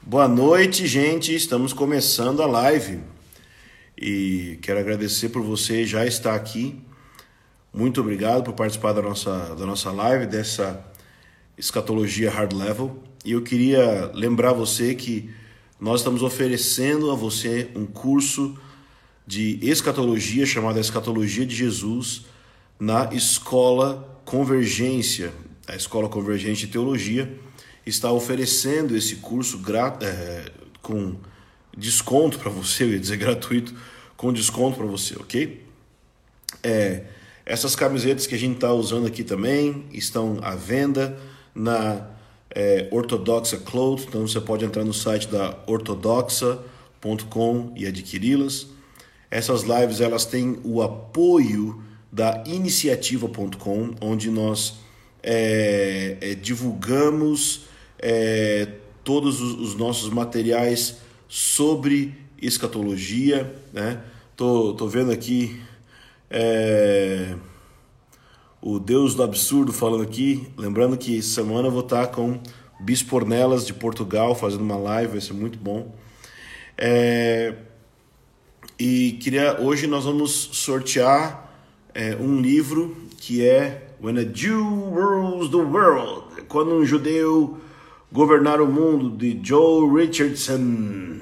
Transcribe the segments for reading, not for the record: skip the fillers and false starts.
Boa noite, gente. Estamos começando a live e quero agradecer por você já estar aqui. Muito obrigado por participar da nossa live, dessa escatologia hard level. E eu queria lembrar você que nós estamos oferecendo a você um curso de escatologia chamado Escatologia de Jesus na Escola Convergência. A Escola Convergente de Teologia está oferecendo esse curso com desconto para você, eu ia dizer gratuito, com desconto para você, ok? Essas camisetas que a gente está usando aqui também estão à venda na Ortodoxa Cloth, então você pode entrar no site da ortodoxa.com e adquiri-las. Essas lives elas têm o apoio da iniciativa.com, onde nós divulgamos todos os nossos materiais sobre escatologia, né? Tô vendo aqui o Deus do Absurdo falando aqui, lembrando que semana eu vou estar com Bispo Ornelas de Portugal fazendo uma live, vai ser muito bom. Hoje nós vamos sortear um livro que é When a Jew Rules the World, quando um judeu governar o mundo, de Joe Richardson.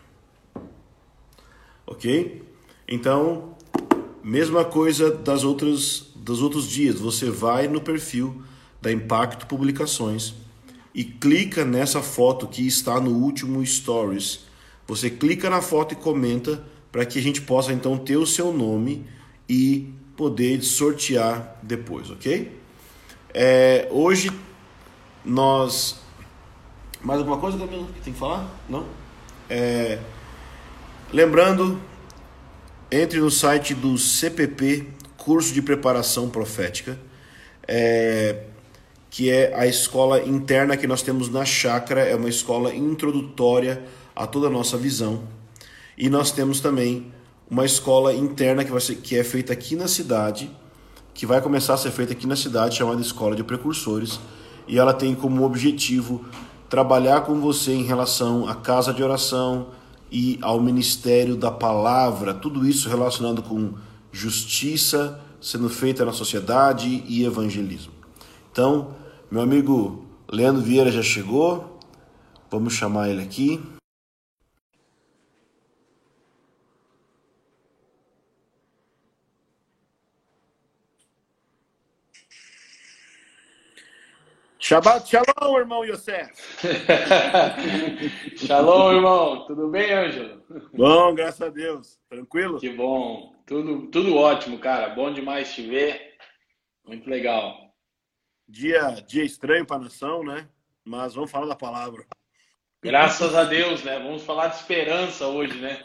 Ok? Então, mesma coisa dos outros dias, você vai no perfil da Impacto Publicações e clica nessa foto que está no último Stories. Você clica na foto e comenta para que a gente possa então ter o seu nome e poder sortear depois, ok? Hoje nós... Mais alguma coisa, Camilo, que tem que falar? Não? Lembrando, entre no site do CPP, Curso de Preparação Profética, que é a escola interna que nós temos na Chácara, é uma escola introdutória a toda a nossa visão. E nós temos também uma escola interna que é feita aqui na cidade, que vai começar a ser feita aqui na cidade, chamada Escola de Precursores, e ela tem como objetivo trabalhar com você em relação à casa de oração e ao ministério da palavra, tudo isso relacionado com justiça sendo feita na sociedade e evangelismo. Então, meu amigo Leandro Vieira já chegou, vamos chamar ele aqui. Shabbat Shalom, irmão Yosef. Shalom, irmão. Tudo bem, Ângelo? Bom, graças a Deus. Tranquilo? Que bom. Tudo ótimo, cara. Bom demais te ver. Muito legal. Dia estranho para a nação, né? Mas vamos falar da palavra. Graças a Deus, né? Vamos falar de esperança hoje, né?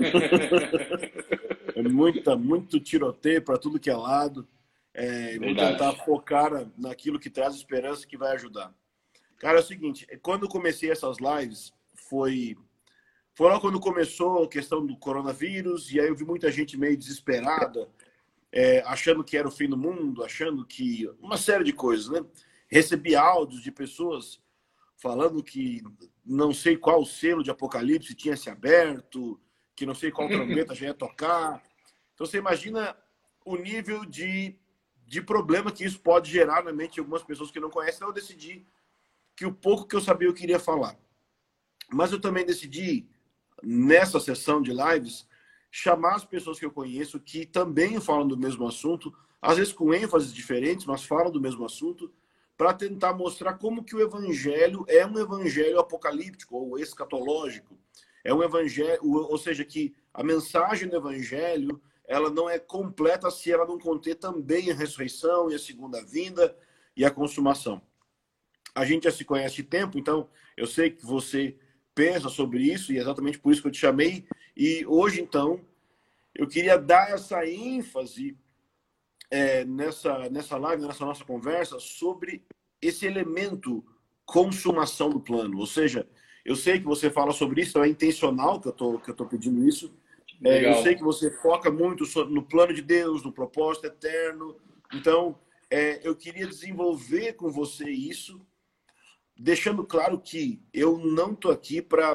Muito tiroteio para tudo que é lado. E vamos tentar Verdade. focar naquilo que traz esperança, que vai ajudar. Cara, é o seguinte, quando eu comecei essas lives, foi lá quando começou a questão do coronavírus, e aí eu vi muita gente meio desesperada, achando que era o fim do mundo, achando que... Uma série de coisas, né? Recebi áudios de pessoas falando que não sei qual selo de Apocalipse tinha se aberto, que não sei qual trombeta já ia tocar. Então você imagina o nível de problema que isso pode gerar na mente de algumas pessoas que não conhecem. Então eu decidi que o pouco que eu sabia eu queria falar. Mas eu também decidi, nessa sessão de lives, chamar as pessoas que eu conheço que também falam do mesmo assunto, às vezes com ênfases diferentes, mas falam do mesmo assunto, para tentar mostrar como que o evangelho é um evangelho apocalíptico ou escatológico. É um evangelho, ou seja, que a mensagem do evangelho ela não é completa se ela não conter também a ressurreição e a segunda vinda e a consumação. A gente já se conhece de tempo, então eu sei que você pensa sobre isso e é exatamente por isso que eu te chamei. E hoje, então, eu queria dar essa ênfase nessa live, nessa nossa conversa, sobre esse elemento consumação do plano. Ou seja, eu sei que você fala sobre isso, então é intencional que eu tô pedindo isso. Eu sei que Legal. você foca muito no plano de Deus, no propósito eterno. Então, eu queria desenvolver com você isso, deixando claro que eu não estou aqui para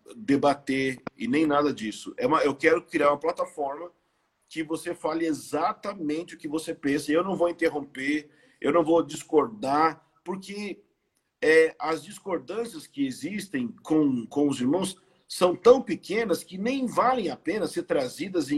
debater e nem nada disso. Eu quero criar uma plataforma que você fale exatamente o que você pensa. Eu não vou interromper, eu não vou discordar, porque as discordâncias que existem com os irmãos são tão pequenas que nem valem a pena ser trazidas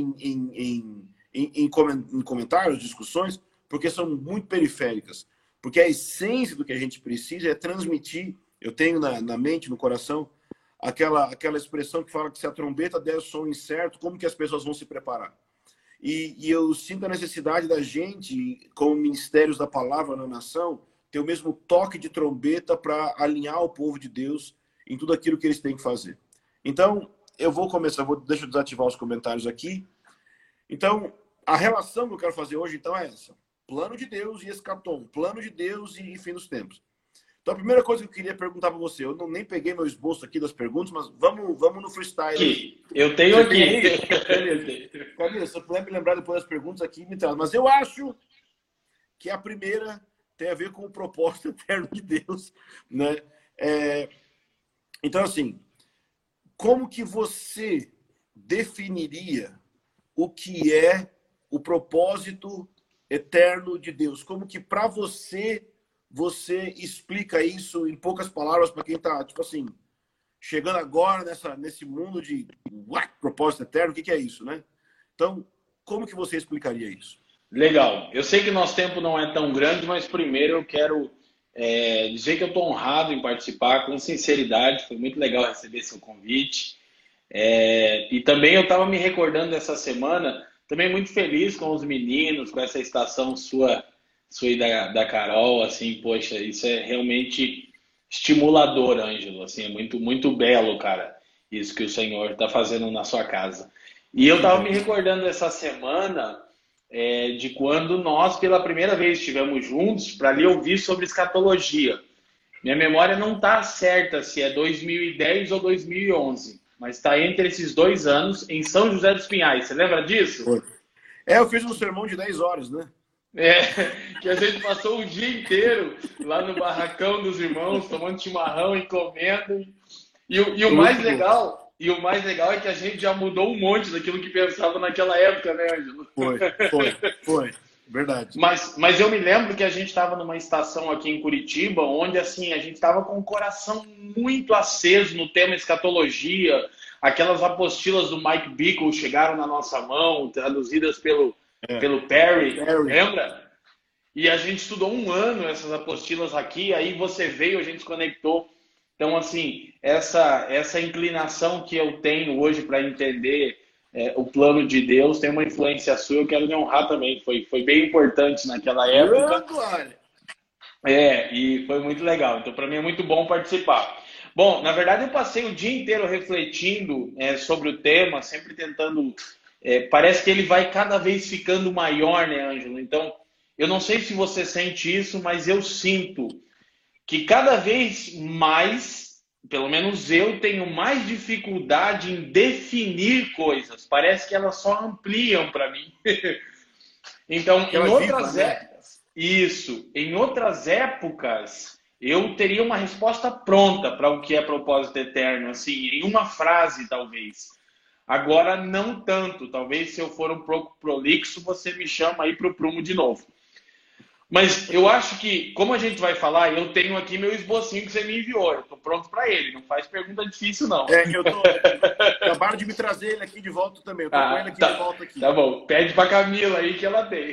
em comentários, discussões, porque são muito periféricas. Porque a essência do que a gente precisa é transmitir. Eu tenho na mente, no coração, aquela expressão que fala que se a trombeta der som incerto, como que as pessoas vão se preparar? E eu sinto a necessidade da gente, como ministérios da palavra na nação, ter o mesmo toque de trombeta para alinhar o povo de Deus em tudo aquilo que eles têm que fazer. Então, eu vou começar, deixa eu desativar os comentários aqui. Então, a relação que eu quero fazer hoje, então, é essa. Plano de Deus e escatom. Plano de Deus e fim dos tempos. Então, a primeira coisa que eu queria perguntar para você, eu nem peguei meu esboço aqui das perguntas, mas vamos no freestyle. Aqui. Eu tenho você aqui. Camila, se você puder me lembrar depois das perguntas aqui, me traz. Mas eu acho que a primeira tem a ver com o propósito eterno de Deus, né? Então, assim, como que você definiria o que é o propósito eterno de Deus? Como que para você explica isso em poucas palavras para quem está, tipo assim, chegando agora nesse mundo de propósito eterno? O que é isso, né? Então, como que você explicaria isso? Legal. Eu sei que nosso tempo não é tão grande, mas primeiro eu quero dizer que eu estou honrado em participar com sinceridade. Foi muito legal receber seu convite. E também eu estava me recordando dessa semana, também muito feliz com os meninos, com essa estação sua e da Carol, assim, poxa, isso é realmente estimulador, Ângelo, assim, é muito, muito belo, cara, isso que o Senhor está fazendo na sua casa. E eu estava me recordando essa semana de quando nós, pela primeira vez, estivemos juntos para ali ouvir sobre escatologia. Minha memória não está certa se é 2010 ou 2011, mas está entre esses 2 anos em São José dos Pinhais. Você lembra disso? Foi. Eu fiz um sermão de 10 horas, né? Que a gente passou o dia inteiro lá no barracão dos irmãos, tomando chimarrão e comendo. E o mais legal é que a gente já mudou um monte daquilo que pensava naquela época, né, Ângelo? Foi. Verdade. Mas eu me lembro que a gente estava numa estação aqui em Curitiba, onde assim, a gente estava com o coração muito aceso no tema escatologia. Aquelas apostilas do Mike Bickle chegaram na nossa mão, traduzidas pelo Perry, lembra? E a gente estudou 1 ano essas apostilas aqui, aí você veio, a gente se conectou. Então, assim, essa inclinação que eu tenho hoje para entender o plano de Deus tem uma influência sua, eu quero lhe honrar também. Foi bem importante naquela época. E foi muito legal. Então, para mim é muito bom participar. Bom, na verdade eu passei o dia inteiro refletindo sobre o tema, sempre tentando... parece que ele vai cada vez ficando maior, né, Ângelo? Então, eu não sei se você sente isso, mas eu sinto que cada vez mais, pelo menos eu, tenho mais dificuldade em definir coisas. Parece que elas só ampliam para mim. Então, em outras épocas, eu teria uma resposta pronta para o que é propósito eterno, assim, em uma frase, talvez. Agora, não tanto. Talvez, se eu for um pouco prolixo, você me chama aí para o prumo de novo. Mas eu acho que, como a gente vai falar, eu tenho aqui meu esbocinho que você me enviou. Eu estou pronto para ele. Não faz pergunta difícil, não. Acabaram de me trazer ele aqui de volta também. Eu estou com ele aqui de volta aqui. Tá bom. Pede para Camila aí que ela tem.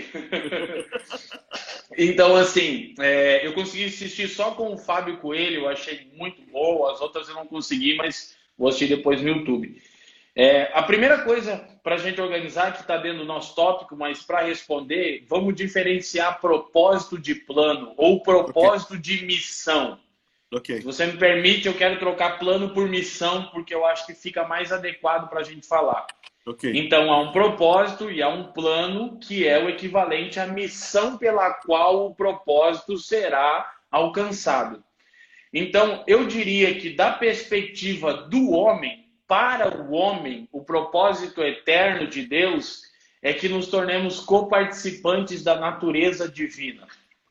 Então, assim, eu consegui assistir só com o Fábio Coelho. Eu achei muito boa. As outras eu não consegui, mas vou assistir depois no YouTube. A primeira coisa para a gente organizar, que está dentro do nosso tópico, mas para responder, vamos diferenciar propósito de plano ou propósito de missão. Se você me permite, eu quero trocar plano por missão, porque eu acho que fica mais adequado para a gente falar. Então, há um propósito e há um plano que é o equivalente à missão pela qual o propósito será alcançado. Então, eu diria que da perspectiva do homem, para o homem, o propósito eterno de Deus é que nos tornemos coparticipantes da natureza divina.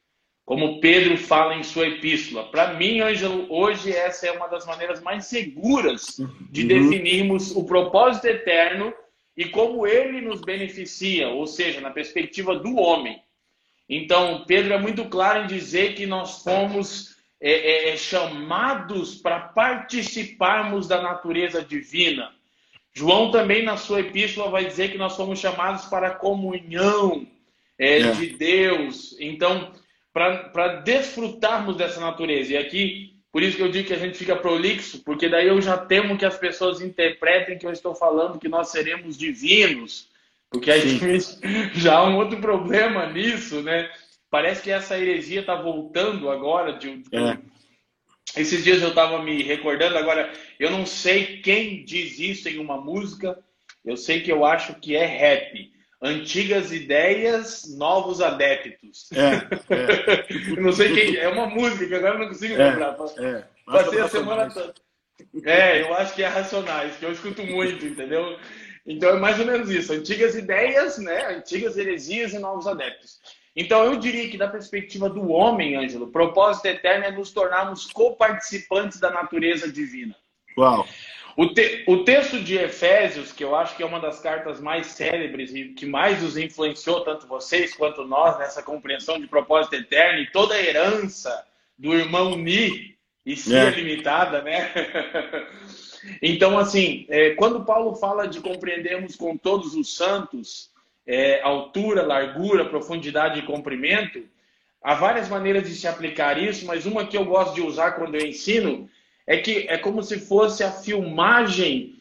como Pedro fala em sua epístola. Para mim, Ângelo, hoje essa é uma das maneiras mais seguras de definirmos o propósito eterno e como ele nos beneficia, ou seja, na perspectiva do homem. Então, Pedro é muito claro em dizer que nós fomos chamados para participarmos da natureza divina. João também, na sua epístola, vai dizer que nós fomos chamados para a comunhão de Deus. Então, para desfrutarmos dessa natureza. E aqui, por isso que eu digo que a gente fica prolixo, porque daí eu já temo que as pessoas interpretem que eu estou falando que nós seremos divinos. Porque aí já há um outro problema nisso, né? Parece que essa heresia está voltando agora. Esses dias eu estava me recordando, agora eu não sei quem diz isso em uma música, eu sei que eu acho que é rap. Antigas ideias, novos adeptos. Eu não sei quem, é uma música que agora eu não consigo lembrar. Passei a semana toda. Eu acho que é Racionais, que eu escuto muito, entendeu? Então é mais ou menos isso. Antigas ideias, né? Antigas heresias e novos adeptos. Então eu diria que da perspectiva do homem, Ângelo, o propósito eterno é nos tornarmos coparticipantes da natureza divina. Uau! O texto de Efésios, que eu acho que é uma das cartas mais célebres e que mais nos influenciou, tanto vocês quanto nós, nessa compreensão de propósito eterno e toda a herança do irmão Ni, e se é limitada, né? Então, assim, quando Paulo fala de compreendermos com todos os santos altura, largura, profundidade e comprimento, há várias maneiras de se aplicar isso, mas uma que eu gosto de usar quando eu ensino é que é como se fosse a filmagem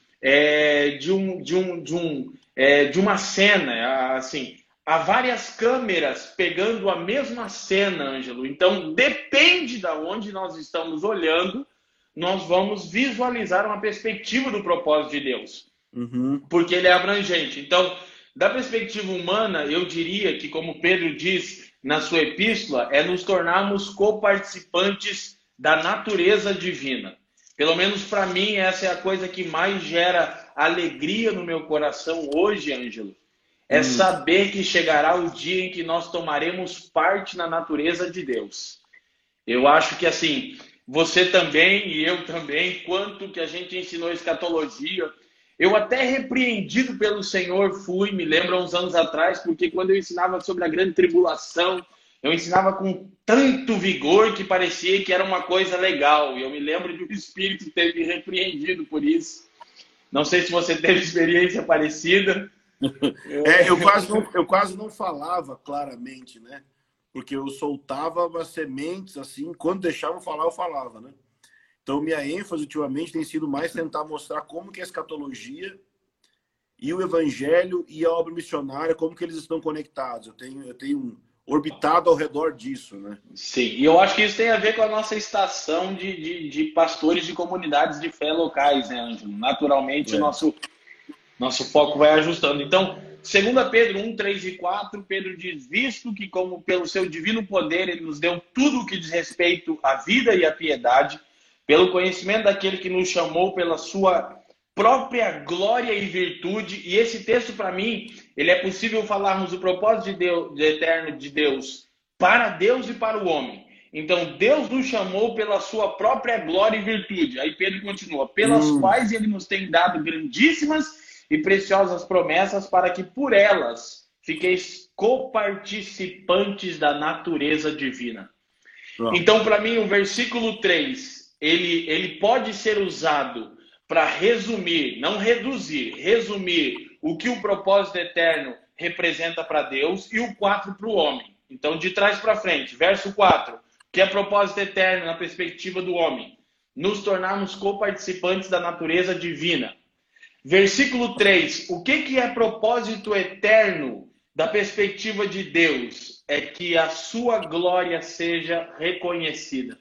de uma cena, assim. Há várias câmeras pegando a mesma cena, Ângelo. Então, depende de onde nós estamos olhando, nós vamos visualizar uma perspectiva do propósito de Deus. Porque ele é abrangente. Então, da perspectiva humana, eu diria que, como Pedro diz na sua epístola, é nos tornarmos coparticipantes da natureza divina. Pelo menos para mim, essa é a coisa que mais gera alegria no meu coração hoje, Ângelo. É saber que chegará o dia em que nós tomaremos parte na natureza de Deus. Eu acho que, assim, você também e eu também, quanto que a gente ensinou escatologia, eu até repreendido pelo Senhor fui, me lembro há uns anos atrás, porque quando eu ensinava sobre a grande tribulação, eu ensinava com tanto vigor que parecia que era uma coisa legal. E eu me lembro de um espírito ter me repreendido por isso. Não sei se você teve experiência parecida. Eu quase não falava claramente, né? Porque eu soltava umas sementes assim, quando deixavam falar, eu falava, né? Então, minha ênfase ultimamente tem sido mais tentar mostrar como que a escatologia e o evangelho e a obra missionária, como que eles estão conectados. Eu tenho orbitado ao redor disso, né? Sim, e eu acho que isso tem a ver com a nossa estação de pastores de comunidades de fé locais, né, Ângelo? Naturalmente, o nosso foco vai ajustando. Então, 2 Pedro 1, 3 e 4, Pedro diz: visto que, como pelo seu divino poder, ele nos deu tudo o que diz respeito à vida e à piedade, pelo conhecimento daquele que nos chamou pela sua própria glória e virtude. E esse texto, para mim, ele é possível falarmos o propósito de Deus, eterno de Deus para Deus e para o homem. Então, Deus nos chamou pela sua própria glória e virtude. Aí Pedro continua: pelas quais ele nos tem dado grandíssimas e preciosas promessas, para que por elas fiqueis coparticipantes da natureza divina. Então, para mim, o versículo 3, ele pode ser usado para resumir, não reduzir, resumir o que o propósito eterno representa para Deus, e o 4 para o homem. Então, de trás para frente, verso 4, que é propósito eterno na perspectiva do homem: nos tornarmos coparticipantes da natureza divina. Versículo 3, o que é propósito eterno da perspectiva de Deus? É que a sua glória seja reconhecida.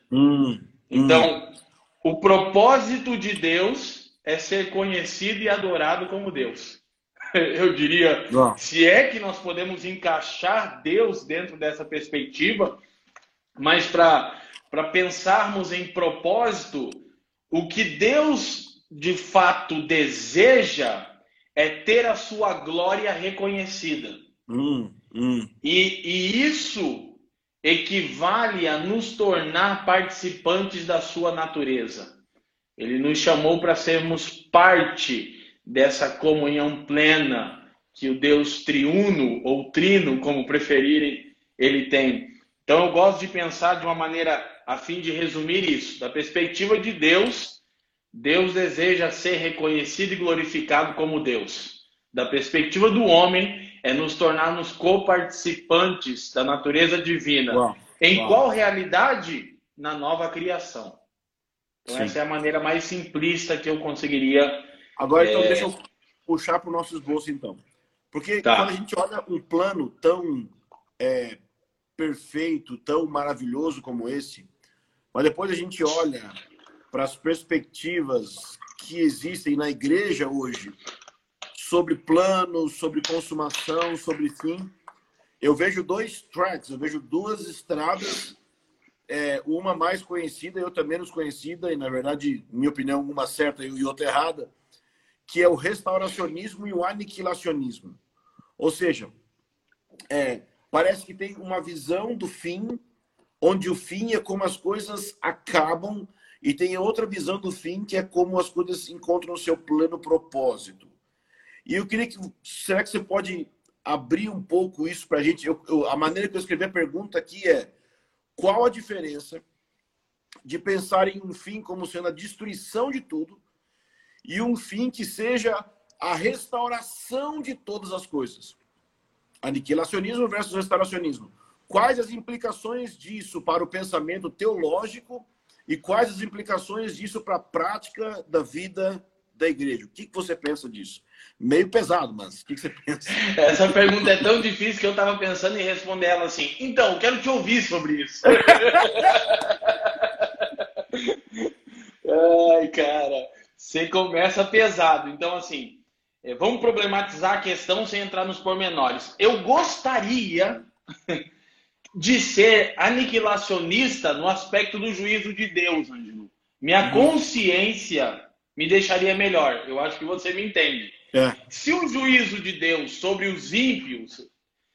Então, o propósito de Deus é ser conhecido e adorado como Deus. Eu diria, se é que nós podemos encaixar Deus dentro dessa perspectiva, mas para pensarmos em propósito, o que Deus de fato deseja é ter a sua glória reconhecida. E isso equivale a nos tornar participantes da sua natureza. Ele nos chamou para sermos parte dessa comunhão plena que o Deus triuno ou trino, como preferirem, ele tem. Então eu gosto de pensar de uma maneira a fim de resumir isso. Da perspectiva de Deus, Deus deseja ser reconhecido e glorificado como Deus. Da perspectiva do homem, é nos tornarmos coparticipantes da natureza divina. Uau, Em uau. qual realidade? Na nova criação. Então, Sim. essa é a maneira mais simplista que eu conseguiria. Agora, então, deixa eu puxar para o nosso esboço, então. Porque quando a gente olha um plano tão perfeito, tão maravilhoso como esse, mas depois a gente olha para as perspectivas que existem na igreja hoje, sobre planos, sobre consumação, sobre fim, eu vejo dois tracks, eu vejo duas estradas, uma mais conhecida e outra menos conhecida, e na verdade, minha opinião, uma certa e outra errada, que é o restauracionismo e o aniquilacionismo. Ou seja, parece que tem uma visão do fim, onde o fim é como as coisas acabam, e tem outra visão do fim, que é como as coisas encontram o seu pleno propósito. E eu queria que... Será que você pode abrir um pouco isso para a gente? A maneira que eu escrevi a pergunta aqui é: qual a diferença de pensar em um fim como sendo a destruição de tudo e um fim que seja a restauração de todas as coisas? Aniquilacionismo versus restauracionismo. Quais as implicações disso para o pensamento teológico e quais as implicações disso para a prática da vida da igreja? O que você pensa disso? Meio pesado, mas o que você pensa? Essa pergunta é tão difícil que eu estava pensando em responder ela assim. Então, eu quero te ouvir sobre isso. Ai, cara, você começa pesado. Então, assim, vamos problematizar a questão sem entrar nos pormenores. Eu gostaria de ser aniquilacionista no aspecto do juízo de Deus, Ângelo. Minha consciência me deixaria melhor. Eu acho que você me entende. Se o juízo de Deus sobre os ímpios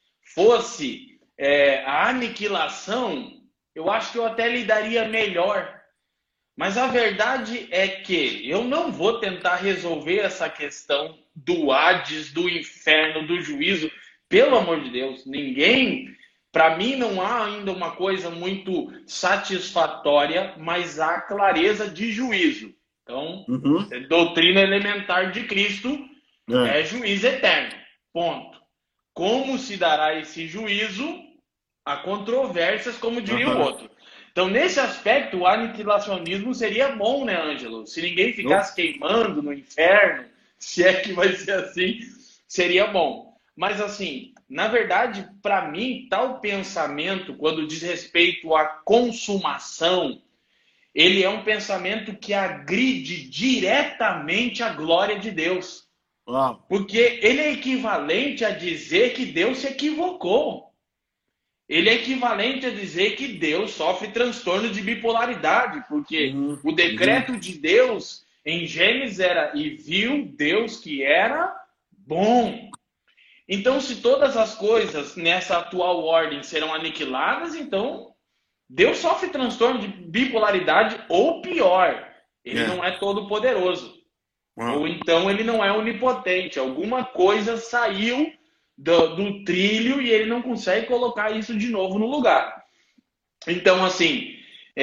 fosse a aniquilação, eu acho que eu até lidaria melhor. Mas a verdade é que eu não vou tentar resolver essa questão do Hades, do inferno, do juízo. Pelo amor de Deus, ninguém... Para mim não há ainda uma coisa muito satisfatória, mas há clareza de juízo. Então, doutrina elementar de Cristo é juízo eterno. Ponto. Como se dará esse juízo? Há controvérsias, como diria o outro. Então, nesse aspecto, o aniquilacionismo seria bom, né, Ângelo? Se ninguém ficasse queimando no inferno, se é que vai ser assim, seria bom. Mas, assim, na verdade, para mim, tal pensamento, quando diz respeito à consumação, ele é um pensamento que agride diretamente a glória de Deus. Porque ele é equivalente a dizer que Deus se equivocou. Ele é equivalente a dizer que Deus sofre transtorno de bipolaridade, porque o decreto de Deus em Gênesis era: e viu Deus que era bom. Então, se todas as coisas nessa atual ordem serão aniquiladas, então Deus sofre transtorno de bipolaridade, ou pior, ele não é todo poderoso. Ou então ele não é onipotente. Alguma coisa saiu do trilho e ele não consegue colocar isso de novo no lugar. Então, assim,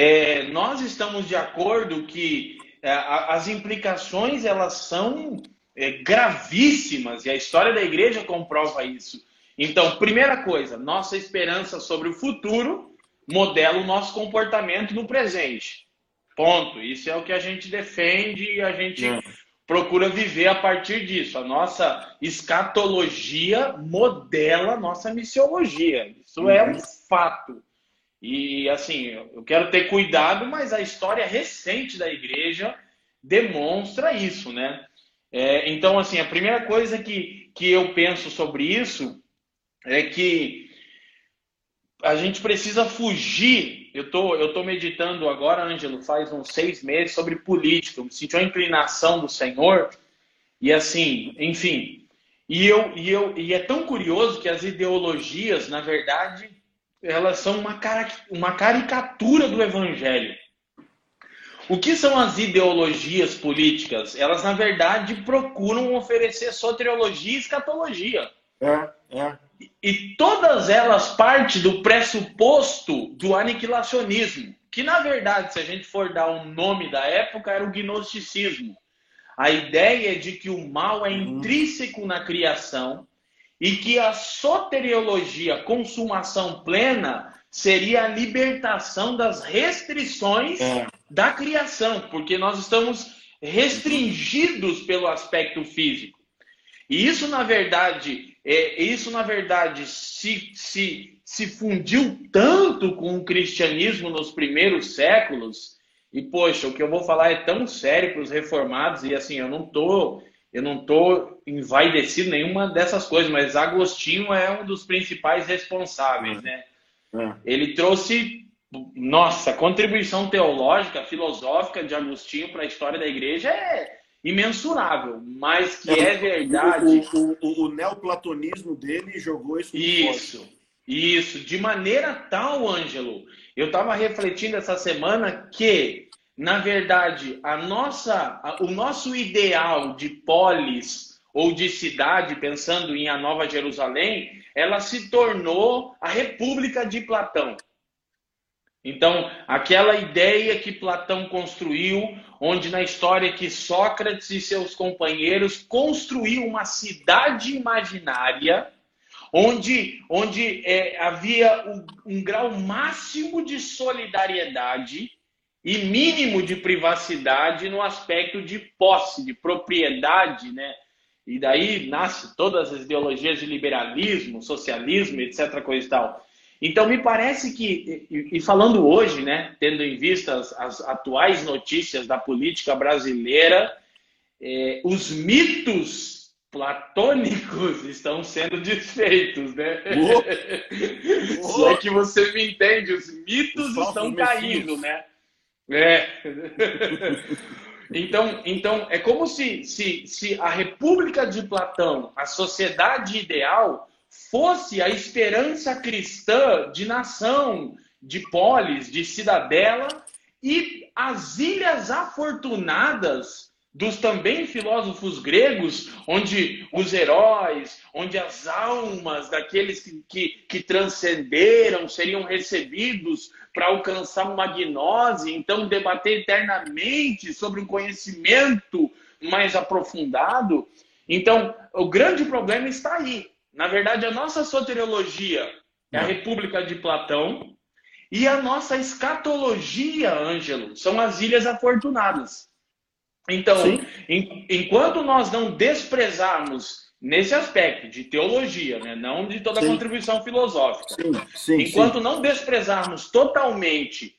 nós estamos de acordo que as implicações, elas são gravíssimas, e a história da igreja comprova isso. Então, primeira coisa, nossa esperança sobre o futuro modela o nosso comportamento no presente. Ponto. Isso é o que a gente defende e a gente procura viver a partir disso. A nossa escatologia modela a nossa missiologia. Isso é um fato. E, assim, eu quero ter cuidado, mas a história recente da igreja demonstra isso, né? Então, assim, a primeira coisa que eu penso sobre isso é que a gente precisa fugir. Eu tô meditando agora, Ângelo, faz uns 6 meses, sobre política. Eu me senti uma inclinação do Senhor. E assim, enfim. E é tão curioso que as ideologias, na verdade, elas são uma caricatura do evangelho. O que são as ideologias políticas? Elas, na verdade, procuram oferecer soteriologia e escatologia. É. E todas elas partem do pressuposto do aniquilacionismo, que, na verdade, se a gente for dar um nome da época, era o gnosticismo. A ideia de que o mal é Uhum. intrínseco na criação e que a soteriologia, consumação plena, seria a libertação das restrições É. da criação, porque nós estamos Uhum. restringidos pelo aspecto físico. E isso na verdade se fundiu tanto com o cristianismo nos primeiros séculos. E poxa, o que eu vou falar é tão sério para os reformados, e assim, eu não tô envaidecido nenhuma dessas coisas, mas Agostinho é um dos principais responsáveis, né? É. Ele trouxe, nossa, a contribuição teológica, filosófica de Agostinho para a história da igreja é imensurável, mas É, que é verdade. o neoplatonismo dele jogou isso muito forte. Isso, isso, de maneira tal, Ângelo, eu estava refletindo essa semana que, na verdade, o nosso ideal de polis ou de cidade, pensando em a Nova Jerusalém, ela se tornou a República de Platão. Então, aquela ideia que Platão construiu, onde na história que Sócrates e seus companheiros construíram uma cidade imaginária onde havia um grau máximo de solidariedade e mínimo de privacidade no aspecto de posse, de propriedade, né? E daí nasce todas as ideologias de liberalismo, socialismo, etc, coisa e tal. Então me parece que, e falando hoje, né, tendo em vista as atuais notícias da política brasileira, os mitos platônicos estão sendo desfeitos, né? Oh, Se é oh, que você me entende, os os mitos falsos estão caindo, messias. né? É. Então é como se a República de Platão, a sociedade ideal, fosse a esperança cristã de nação, de polis, de cidadela, e as ilhas afortunadas dos também filósofos gregos, onde os heróis, onde as almas daqueles que transcenderam seriam recebidos para alcançar uma gnose, então debater eternamente sobre um conhecimento mais aprofundado. Então, o grande problema está aí. Na verdade, a nossa soteriologia é a É. República de Platão e a nossa escatologia, Ângelo, são as Ilhas Afortunadas. Então, Sim, enquanto nós não desprezarmos nesse aspecto de teologia, né, não de toda a sim, contribuição filosófica, sim. enquanto não desprezarmos totalmente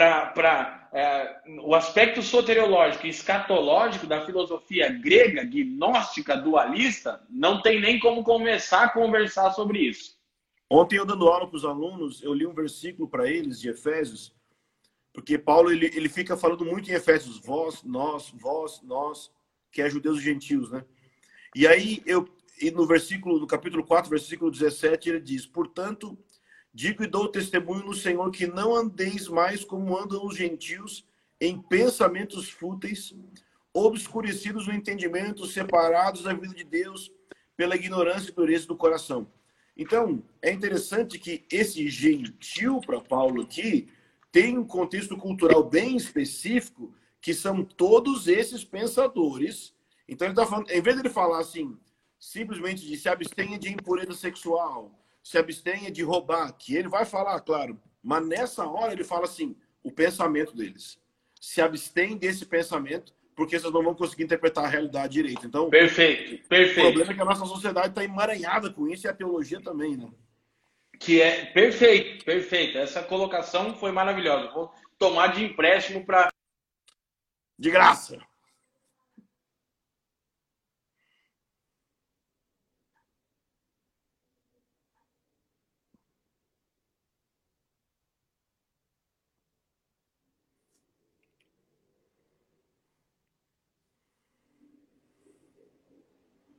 o aspecto soteriológico e escatológico da filosofia grega, gnóstica, dualista, não tem nem como começar a conversar sobre isso. Ontem eu dando aula para os alunos, eu li um versículo para eles de Efésios, porque Paulo ele fica falando muito em Efésios, vós, nós, que é judeus e gentios, né? E aí e no capítulo 4, versículo 17, ele diz: "Portanto, digo e dou testemunho no Senhor que não andeis mais como andam os gentios em pensamentos fúteis, obscurecidos no entendimento, separados da vida de Deus pela ignorância e dureza do coração." Então, é interessante que esse gentil para Paulo aqui tem um contexto cultural bem específico, que são todos esses pensadores. Então, ele está falando, em vez de ele falar assim, simplesmente de se abstenha de impureza sexual, se abstenha de roubar, que ele vai falar, claro, mas nessa hora ele fala assim, o pensamento deles. Se abstém desse pensamento, porque vocês não vão conseguir interpretar a realidade direito. Então, Perfeito, o problema perfeito. é que a nossa sociedade está emaranhada com isso e a teologia também, né? Que é perfeito, perfeito. Essa colocação foi maravilhosa. Vou tomar de empréstimo para. De graça.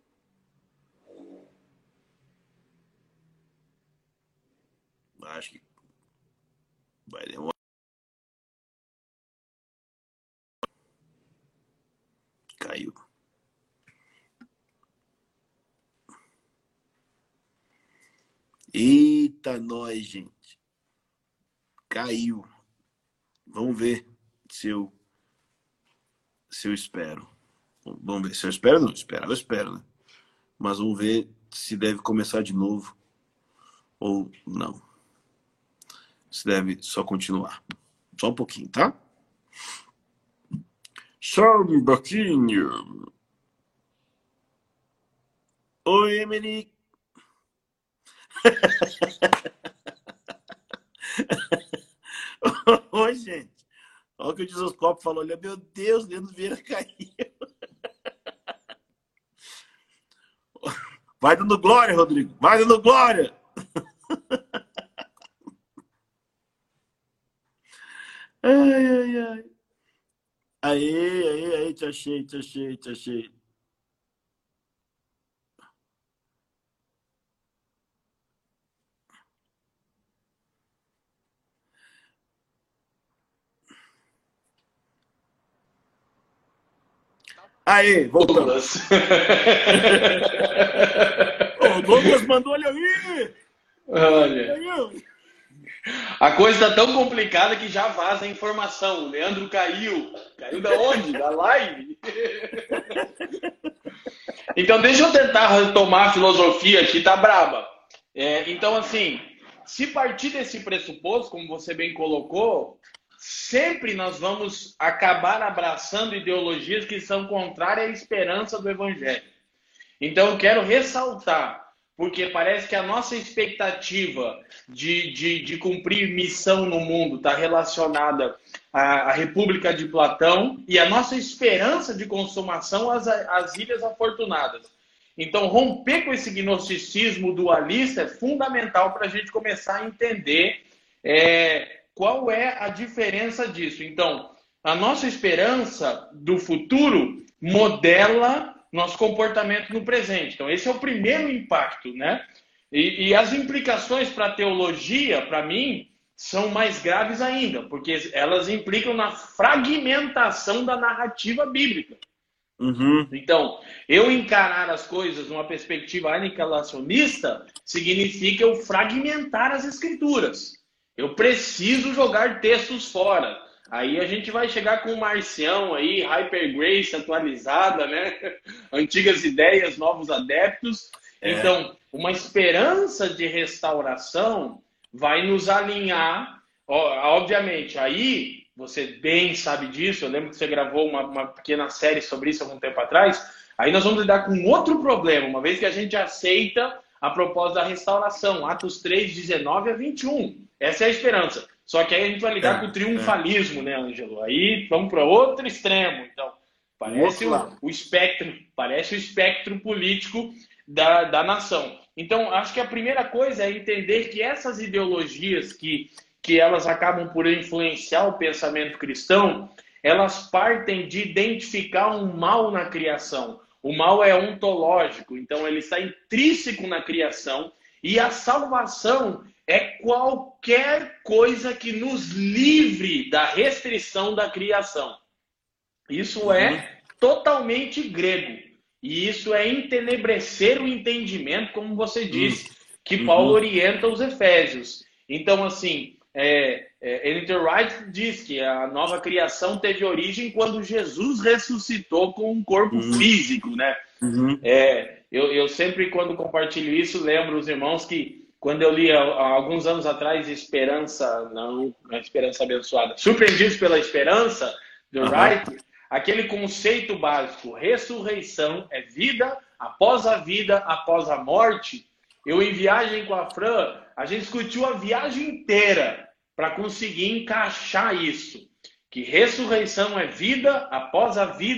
Acho que Vai demorar. Caiu. Eita, nós, gente. Caiu. Vamos ver se eu espero. Vamos ver se eu espero. Não, esperar eu espero, né? Mas vamos ver se deve começar de novo ou não. Se deve só continuar. Só um pouquinho, tá? Só um pouquinho. Oi, Emily. Oi, gente. Olha o que o Disoscópio falou. Olha, meu Deus, Leandro Vieira caiu. Vai dando glória, Rodrigo. Vai dando glória. Ai, ai, ai. Aí, te achei. Aí, voltamos. O Douglas mandou, olha aí. Olha. A coisa está tão complicada que já vaza a informação. O Leandro caiu. Caiu da onde? Da live? Então, deixa eu tentar retomar a filosofia aqui, tá braba. Então, assim, se partir desse pressuposto, como você bem colocou, sempre nós vamos acabar abraçando ideologias que são contrárias à esperança do Evangelho. Então, eu quero ressaltar, porque parece que a nossa expectativa de cumprir missão no mundo está relacionada à República de Platão e a nossa esperança de consumação às Ilhas Afortunadas. Então, romper com esse gnosticismo dualista é fundamental para a gente começar a entender qual é a diferença disso. Então, a nossa esperança do futuro modela nosso comportamento no presente. Então, esse é o primeiro impacto, né? E as implicações para a teologia, para mim, são mais graves ainda, porque elas implicam na fragmentação da narrativa bíblica. Uhum. Então, eu encarar as coisas numa perspectiva aniquilacionista significa eu fragmentar as escrituras. Eu preciso jogar textos fora. Aí a gente vai chegar com o Marcião aí, Hyper Grace atualizada, né? Antigas ideias, novos adeptos. Então, uma esperança de restauração vai nos alinhar, obviamente. Aí, você bem sabe disso, eu lembro que você gravou uma pequena série sobre isso há algum tempo atrás. Aí nós vamos lidar com outro problema, uma vez que a gente aceita a proposta da restauração, Atos 3, 19 a 21. Essa é a esperança. Só que aí a gente vai lidar com o triunfalismo, né, Ângelo? Aí vamos para outro extremo. Então, parece o espectro político da nação. Então, acho que a primeira coisa é entender que essas ideologias que elas acabam por influenciar o pensamento cristão, elas partem de identificar um mal na criação. O mal é ontológico, então ele está intrínseco na criação, e a salvação é qualquer coisa que nos livre da restrição da criação. Isso é totalmente grego. E isso é entenebrecer o entendimento, como você disse, que Paulo orienta os Efésios. Então, assim, N.T. Wright diz que a nova criação teve origem quando Jesus ressuscitou com um corpo físico, né? Eu sempre, quando compartilho isso, lembro os irmãos que quando eu li há alguns anos atrás Esperança, não é Esperança Abençoada, Surpreendidos pela Esperança, do Wright, aquele conceito básico, ressurreição é vida após a morte. Eu, em viagem com a Fran, a gente discutiu a viagem inteira para conseguir encaixar isso. Que ressurreição é vida após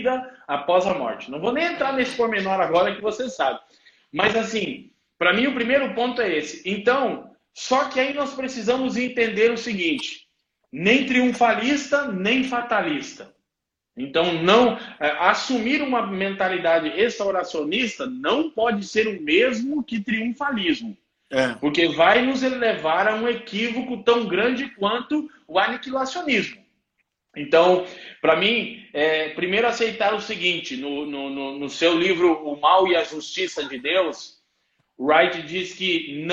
a morte. Não vou nem entrar nesse pormenor agora que você sabe. Mas assim, para mim o primeiro ponto é esse. Então, só que aí nós precisamos entender o seguinte, nem triunfalista, nem fatalista. Então, não assumir uma mentalidade restauracionista não pode ser o mesmo que triunfalismo. É. Porque vai nos levar a um equívoco tão grande quanto o aniquilacionismo. Então, para mim, primeiro aceitar o seguinte, no seu livro O Mal e a Justiça de Deus, Wright diz que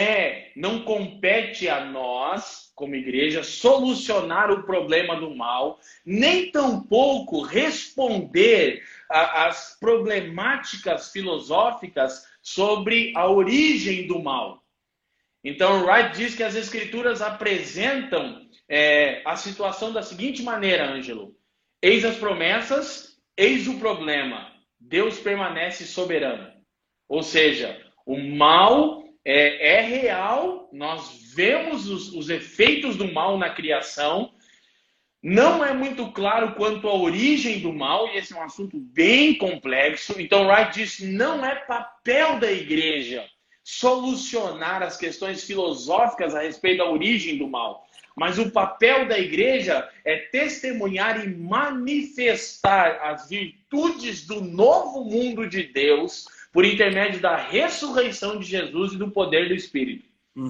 não compete a nós, como igreja, solucionar o problema do mal, nem tampouco responder às problemáticas filosóficas sobre a origem do mal. Então, Wright diz que as escrituras apresentam a situação da seguinte maneira, Ângelo. Eis as promessas, eis o problema. Deus permanece soberano. Ou seja, o mal é real, nós vemos os efeitos do mal na criação. Não é muito claro quanto à origem do mal, e esse é um assunto bem complexo. Então, Wright diz que não é papel da igreja solucionar as questões filosóficas a respeito da origem do mal. Mas o papel da igreja é testemunhar e manifestar as virtudes do novo mundo de Deus por intermédio da ressurreição de Jesus e do poder do Espírito.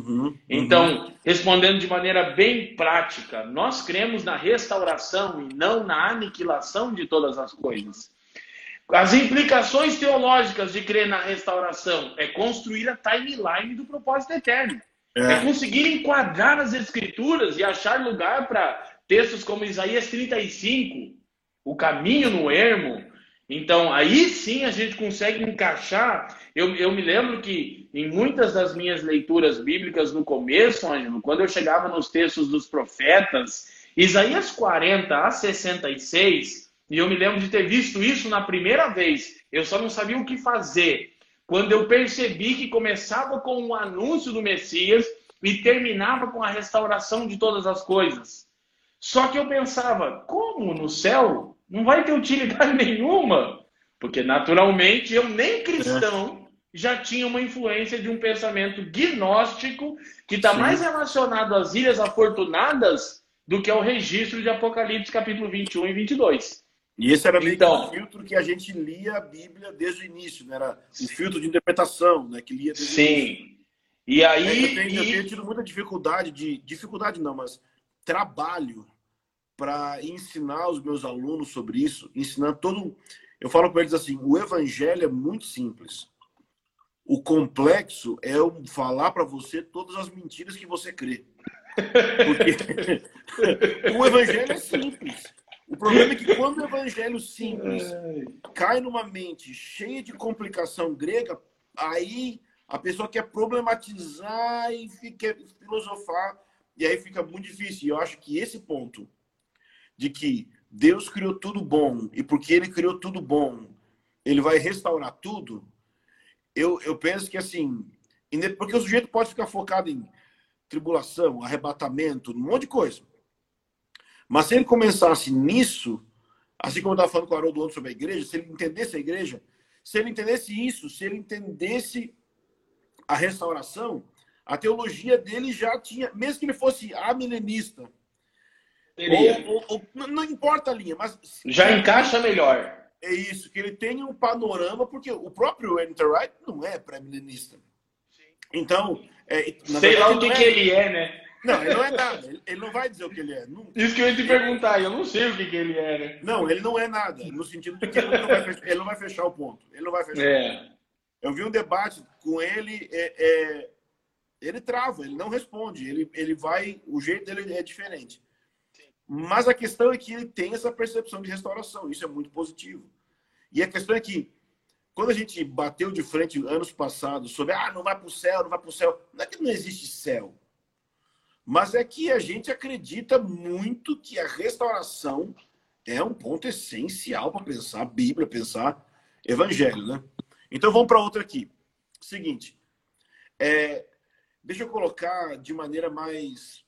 Então, respondendo de maneira bem prática, nós cremos na restauração e não na aniquilação de todas as coisas. As implicações teológicas de crer na restauração é construir a timeline do propósito eterno. É conseguir enquadrar as escrituras e achar lugar para textos como Isaías 35, o caminho no ermo. Então, aí sim a gente consegue encaixar. Eu me lembro que em muitas das minhas leituras bíblicas no começo, Ângelo, quando eu chegava nos textos dos profetas, Isaías 40 a 66, e eu me lembro de ter visto isso na primeira vez, eu só não sabia o que fazer. Quando eu percebi que começava com o anúncio do Messias e terminava com a restauração de todas as coisas. Só que eu pensava, como no céu não vai ter utilidade nenhuma? Porque naturalmente eu nem cristão já tinha uma influência de um pensamento gnóstico que está mais relacionado às Ilhas Afortunadas do que ao registro de Apocalipse capítulo 21 e 22. E esse era meio que o filtro que a gente lia a Bíblia desde o início, né? Era o filtro de interpretação, né? Que lia desde o início. E aí... Eu tenho tido muita dificuldade não, mas trabalho para ensinar os meus alunos sobre isso, ensinando todo... Eu falo para eles assim, o evangelho é muito simples. O complexo é eu falar para você todas as mentiras que você crê. Porque o evangelho é simples. O problema é que quando o evangelho simples cai numa mente cheia de complicação grega, aí a pessoa quer problematizar e quer filosofar, e aí fica muito difícil. E eu acho que esse ponto de que Deus criou tudo bom, e porque ele criou tudo bom, ele vai restaurar tudo, eu penso que assim, porque o sujeito pode ficar focado em tribulação, arrebatamento, um monte de coisa. Mas se ele começasse nisso, assim como eu estava falando com o Haroldo ontem sobre a igreja, se ele entendesse a igreja, se ele entendesse isso, se ele entendesse a restauração, a teologia dele já tinha, mesmo que ele fosse amilenista, não importa a linha, mas... Já encaixa melhor. É isso, que ele tenha um panorama, porque o próprio Enter Wright não é pré-milenista. Então... sei lá o que ele é, né? Não, ele não é nada. Ele não vai dizer o que ele é. Nunca. Isso que eu ia te perguntar, eu não sei o que ele é, né? Não, ele não é nada. No sentido de que ele não vai fechar o ponto. Ele não vai fechar o ponto. Eu vi um debate com ele, ele trava, ele não responde. Ele vai, o jeito dele é diferente. Mas a questão é que ele tem essa percepção de restauração. Isso é muito positivo. E a questão é que, quando a gente bateu de frente anos passados sobre não vai para o céu, não vai para o céu, não é que não existe céu. Mas é que a gente acredita muito que a restauração é um ponto essencial para pensar a Bíblia, pensar Evangelho, né? Então vamos para outra aqui. Seguinte, deixa eu colocar de maneira mais,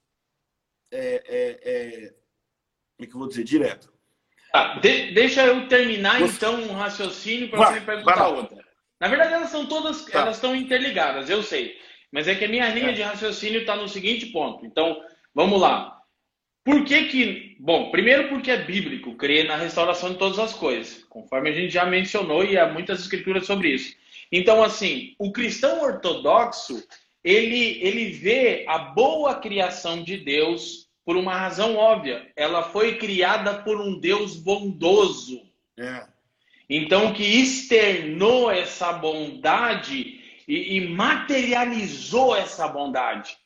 como é que eu vou dizer, direta. Deixa eu terminar então um raciocínio para você me perguntar outra. Na verdade elas são todas, elas estão interligadas, eu sei. Mas é que a minha linha de raciocínio está no seguinte ponto. Então, vamos lá. Por que... Bom, primeiro porque é bíblico crer na restauração de todas as coisas. Conforme a gente já mencionou e há muitas escrituras sobre isso. Então, assim, o cristão ortodoxo, ele vê a boa criação de Deus por uma razão óbvia. Ela foi criada por um Deus bondoso. Então, que externou essa bondade e materializou essa bondade.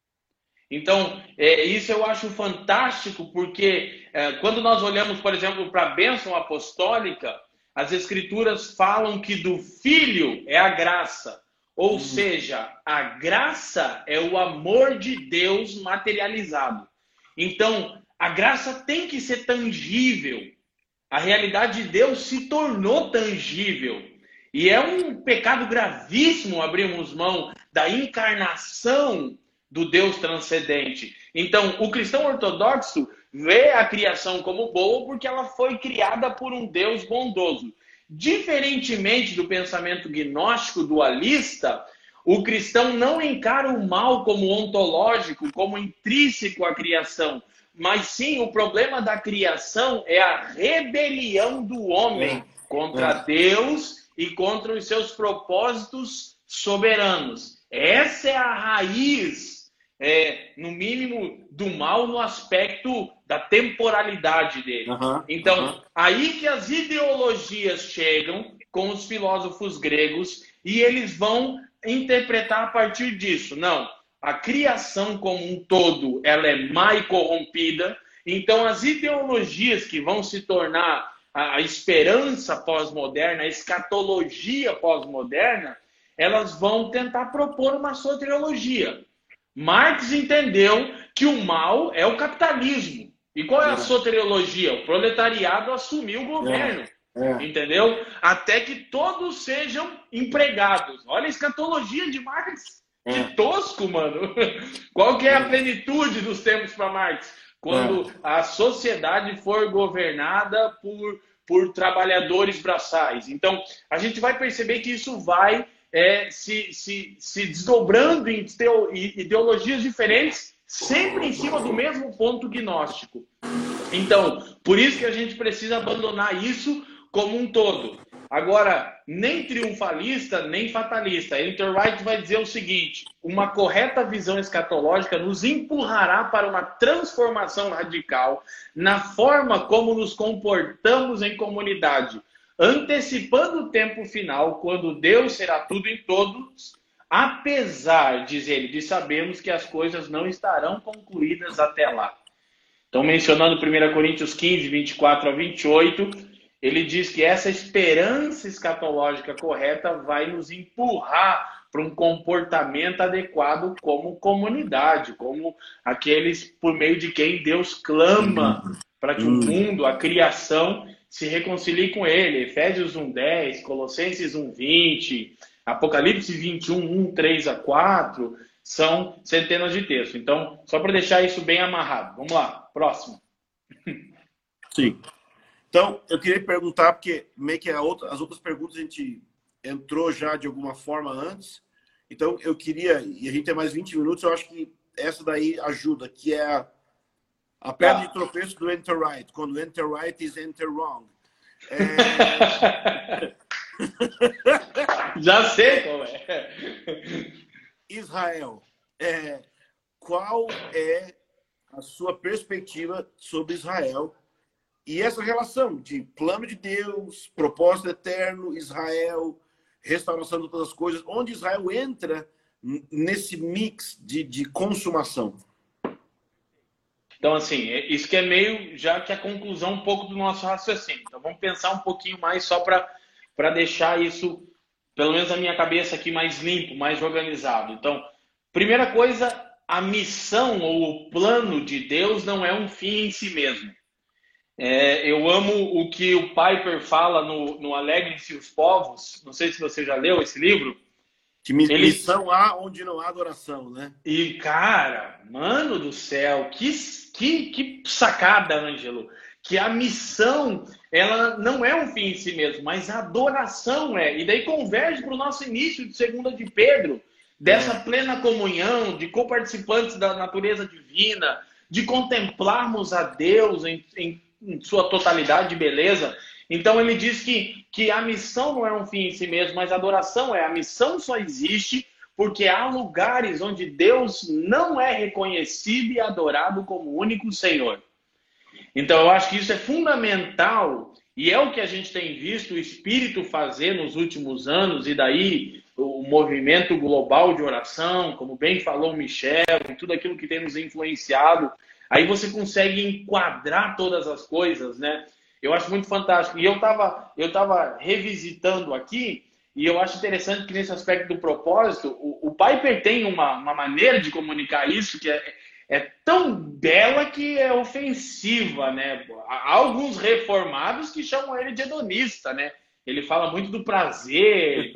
Então, isso eu acho fantástico, porque quando nós olhamos, por exemplo, para a bênção apostólica, as Escrituras falam que do Filho é a graça. Ou seja, a graça é o amor de Deus materializado. Então, a graça tem que ser tangível. A realidade de Deus se tornou tangível. E é um pecado gravíssimo abrirmos mão da encarnação do Deus transcendente. Então, o cristão ortodoxo vê a criação como boa porque ela foi criada por um Deus bondoso. Diferentemente do pensamento gnóstico dualista, o cristão não encara o mal como ontológico, como intrínseco à criação, mas sim o problema da criação é a rebelião do homem contra Deus e contra os seus propósitos soberanos. Essa é a raiz, no mínimo, do mal no aspecto da temporalidade dele. Então, aí que as ideologias chegam com os filósofos gregos e eles vão interpretar a partir disso. Não, a criação como um todo, ela é má e corrompida. Então, as ideologias que vão se tornar a esperança pós-moderna, a escatologia pós-moderna, elas vão tentar propor uma soteriologia. Marx entendeu que o mal é o capitalismo. E qual é a soteriologia? O proletariado assumiu o governo. Entendeu? Até que todos sejam empregados. Olha a escatologia de Marx. Que tosco, mano. Qual que é a plenitude dos tempos para Marx? Quando a sociedade for governada por trabalhadores braçais. Então, a gente vai perceber que isso vai se desdobrando em ideologias diferentes, sempre em cima do mesmo ponto gnóstico. Então, por isso que a gente precisa abandonar isso como um todo. Agora, nem triunfalista, nem fatalista. Enter Wright vai dizer o seguinte: uma correta visão escatológica nos empurrará para uma transformação radical na forma como nos comportamos em comunidade, antecipando o tempo final, quando Deus será tudo em todos, apesar, diz ele, de sabermos que as coisas não estarão concluídas até lá. Então, mencionando 1 Coríntios 15, 24 a 28... ele diz que essa esperança escatológica correta vai nos empurrar para um comportamento adequado como comunidade, como aqueles por meio de quem Deus clama para que o mundo, a criação, se reconcilie com ele. Efésios 1:10, Colossenses 1:20, Apocalipse 21, 1:3 a 4, são centenas de textos. Então, só para deixar isso bem amarrado. Vamos lá, próximo. Sim. Então, eu queria perguntar, porque meio que as outras perguntas a gente entrou já de alguma forma antes. Então, eu queria, e a gente tem mais 20 minutos, eu acho que essa daí ajuda, que é a pedra de tropeço do Enter Right, quando Enter Right is Enter Wrong. Já sei qual é. Israel, qual é a sua perspectiva sobre Israel? E essa relação de plano de Deus, propósito eterno, Israel, restauração de todas as coisas, onde Israel entra nesse mix de consumação? Então, assim, isso que é meio já que a conclusão um pouco do nosso raciocínio. Então, vamos pensar um pouquinho mais só para deixar isso, pelo menos a minha cabeça aqui, mais limpo, mais organizado. Então, primeira coisa, a missão ou o plano de Deus não é um fim em si mesmo. Eu amo o que o Piper fala no Alegrem-se os Povos. Não sei se você já leu esse livro. Que missão há onde não há adoração, né? E, cara, mano do céu, que sacada, Ângelo. Que a missão, ela não é um fim em si mesmo, mas a adoração é. E daí converge para o nosso início de 2 de Pedro, dessa plena comunhão, de coparticipantes da natureza divina, de contemplarmos a Deus em sua totalidade de beleza. Então ele diz que a missão não é um fim em si mesmo, mas a adoração é. A missão só existe porque há lugares onde Deus não é reconhecido e adorado como único Senhor. Então, eu acho que isso é fundamental e é o que a gente tem visto o Espírito fazer nos últimos anos, e daí o movimento global de oração, como bem falou o Michel, e tudo aquilo que tem nos influenciado. Aí você consegue enquadrar todas as coisas, né? Eu acho muito fantástico. E eu tava revisitando aqui, e eu acho interessante que nesse aspecto do propósito, o Piper tem uma maneira de comunicar isso que é tão bela que é ofensiva, né? Há alguns reformados que chamam ele de hedonista, né? Ele fala muito do prazer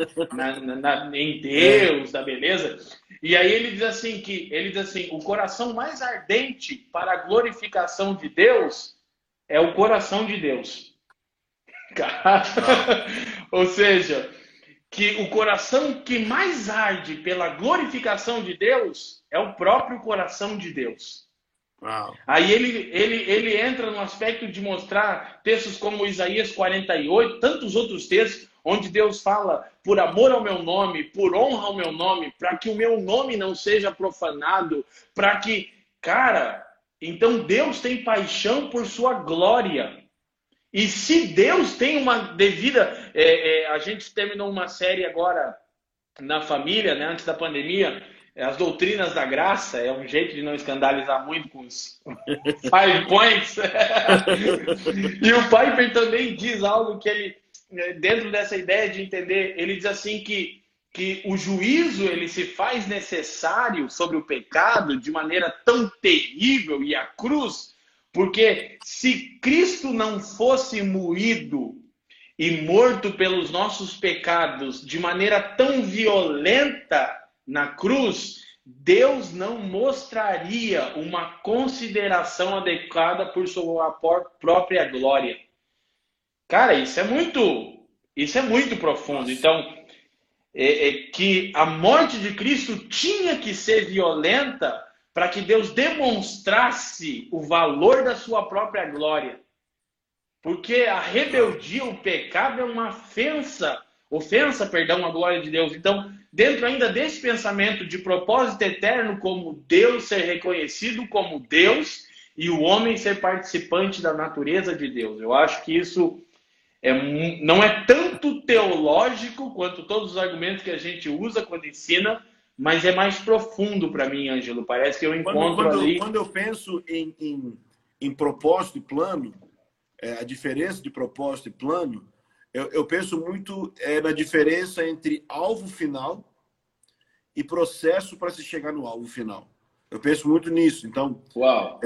em Deus, da beleza. E aí ele diz assim o coração mais ardente para a glorificação de Deus é o coração de Deus. Cara, ou seja, que o coração que mais arde pela glorificação de Deus é o próprio coração de Deus. Wow. Aí ele entra no aspecto de mostrar textos como Isaías 48, tantos outros textos, onde Deus fala, por amor ao meu nome, por honra ao meu nome, para que o meu nome não seja profanado, para que, cara, então Deus tem paixão por sua glória. E se Deus tem uma devida... a gente terminou uma série agora na família, né, antes da pandemia, as doutrinas da graça, é um jeito de não escandalizar muito com os 5 points. E o Piper também diz algo que ele, dentro dessa ideia de entender, ele diz assim que o juízo ele se faz necessário sobre o pecado de maneira tão terrível, e a cruz, porque se Cristo não fosse moído e morto pelos nossos pecados de maneira tão violenta na cruz, Deus não mostraria uma consideração adequada por sua própria glória. Cara, isso é muito profundo. Então, que a morte de Cristo tinha que ser violenta para que Deus demonstrasse o valor da sua própria glória. Porque a rebeldia, o pecado é uma ofensa à glória de Deus. Então, dentro ainda desse pensamento de propósito eterno, como Deus ser reconhecido como Deus e o homem ser participante da natureza de Deus. Eu acho que isso não é tanto teológico quanto todos os argumentos que a gente usa quando ensina, mas é mais profundo para mim, Ângelo. Parece que eu encontro ali... Quando eu penso em propósito e plano, a diferença de propósito e plano, eu penso muito na diferença entre alvo final e processo para se chegar no alvo final. Eu penso muito nisso. Então, uau.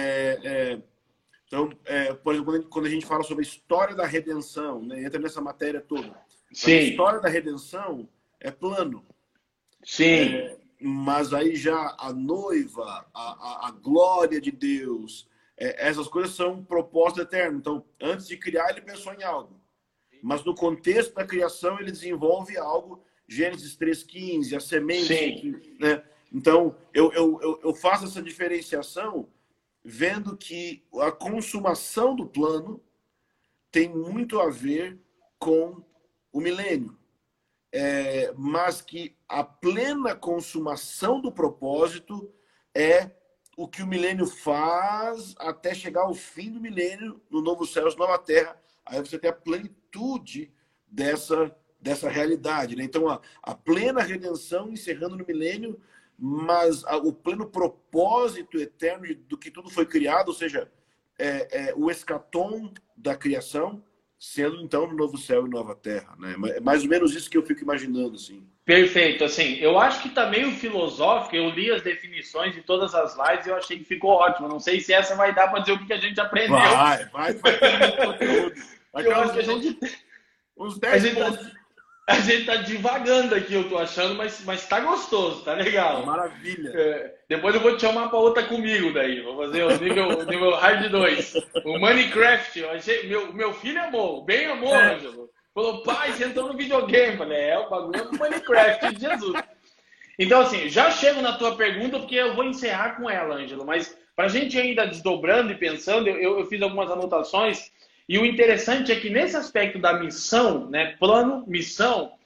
Por exemplo, quando a gente fala sobre a história da redenção, né, entra nessa matéria toda. Sim. A história da redenção é plano. Sim. Mas aí já a noiva, a glória de Deus, essas coisas são um propósito eterno. Então, antes de criar, ele pensou em algo. Mas no contexto da criação, ele desenvolve algo, Gênesis 3,15, a semente. Né? Então, eu faço essa diferenciação vendo que a consumação do plano tem muito a ver com o milênio. Mas que a plena consumação do propósito é o que o milênio faz até chegar ao fim do milênio, no novo céu e nova terra. Aí você tem a plenitude dessa realidade. Né? Então, a plena redenção encerrando no milênio, mas o pleno propósito eterno do que tudo foi criado, ou seja, o escatom da criação, sendo então no novo céu e nova terra. Né? É mais ou menos isso que eu fico imaginando. Assim. Perfeito. Assim, eu acho que está meio filosófico. Eu li as definições de todas as lives e eu achei que ficou ótimo. Não sei se essa vai dar para dizer o que a gente aprendeu. Vai ter muito conteúdo. Eu acho que a gente... Uns 10 pontos. A gente tá divagando aqui, eu tô achando, mas tá gostoso, tá legal. Maravilha. Depois eu vou te chamar pra outra comigo daí. Vou fazer o nível Hard 2. O Minecraft, eu achei. Meu filho amou, bem amor, Ângelo. Falou, pai, você entrou no videogame. Falei, o bagulho é do Minecraft de Jesus. Então, assim, já chego na tua pergunta, porque eu vou encerrar com ela, Ângelo. Mas pra gente ainda desdobrando e pensando, eu fiz algumas anotações. E o interessante é que nesse aspecto da missão, né, plano, missão,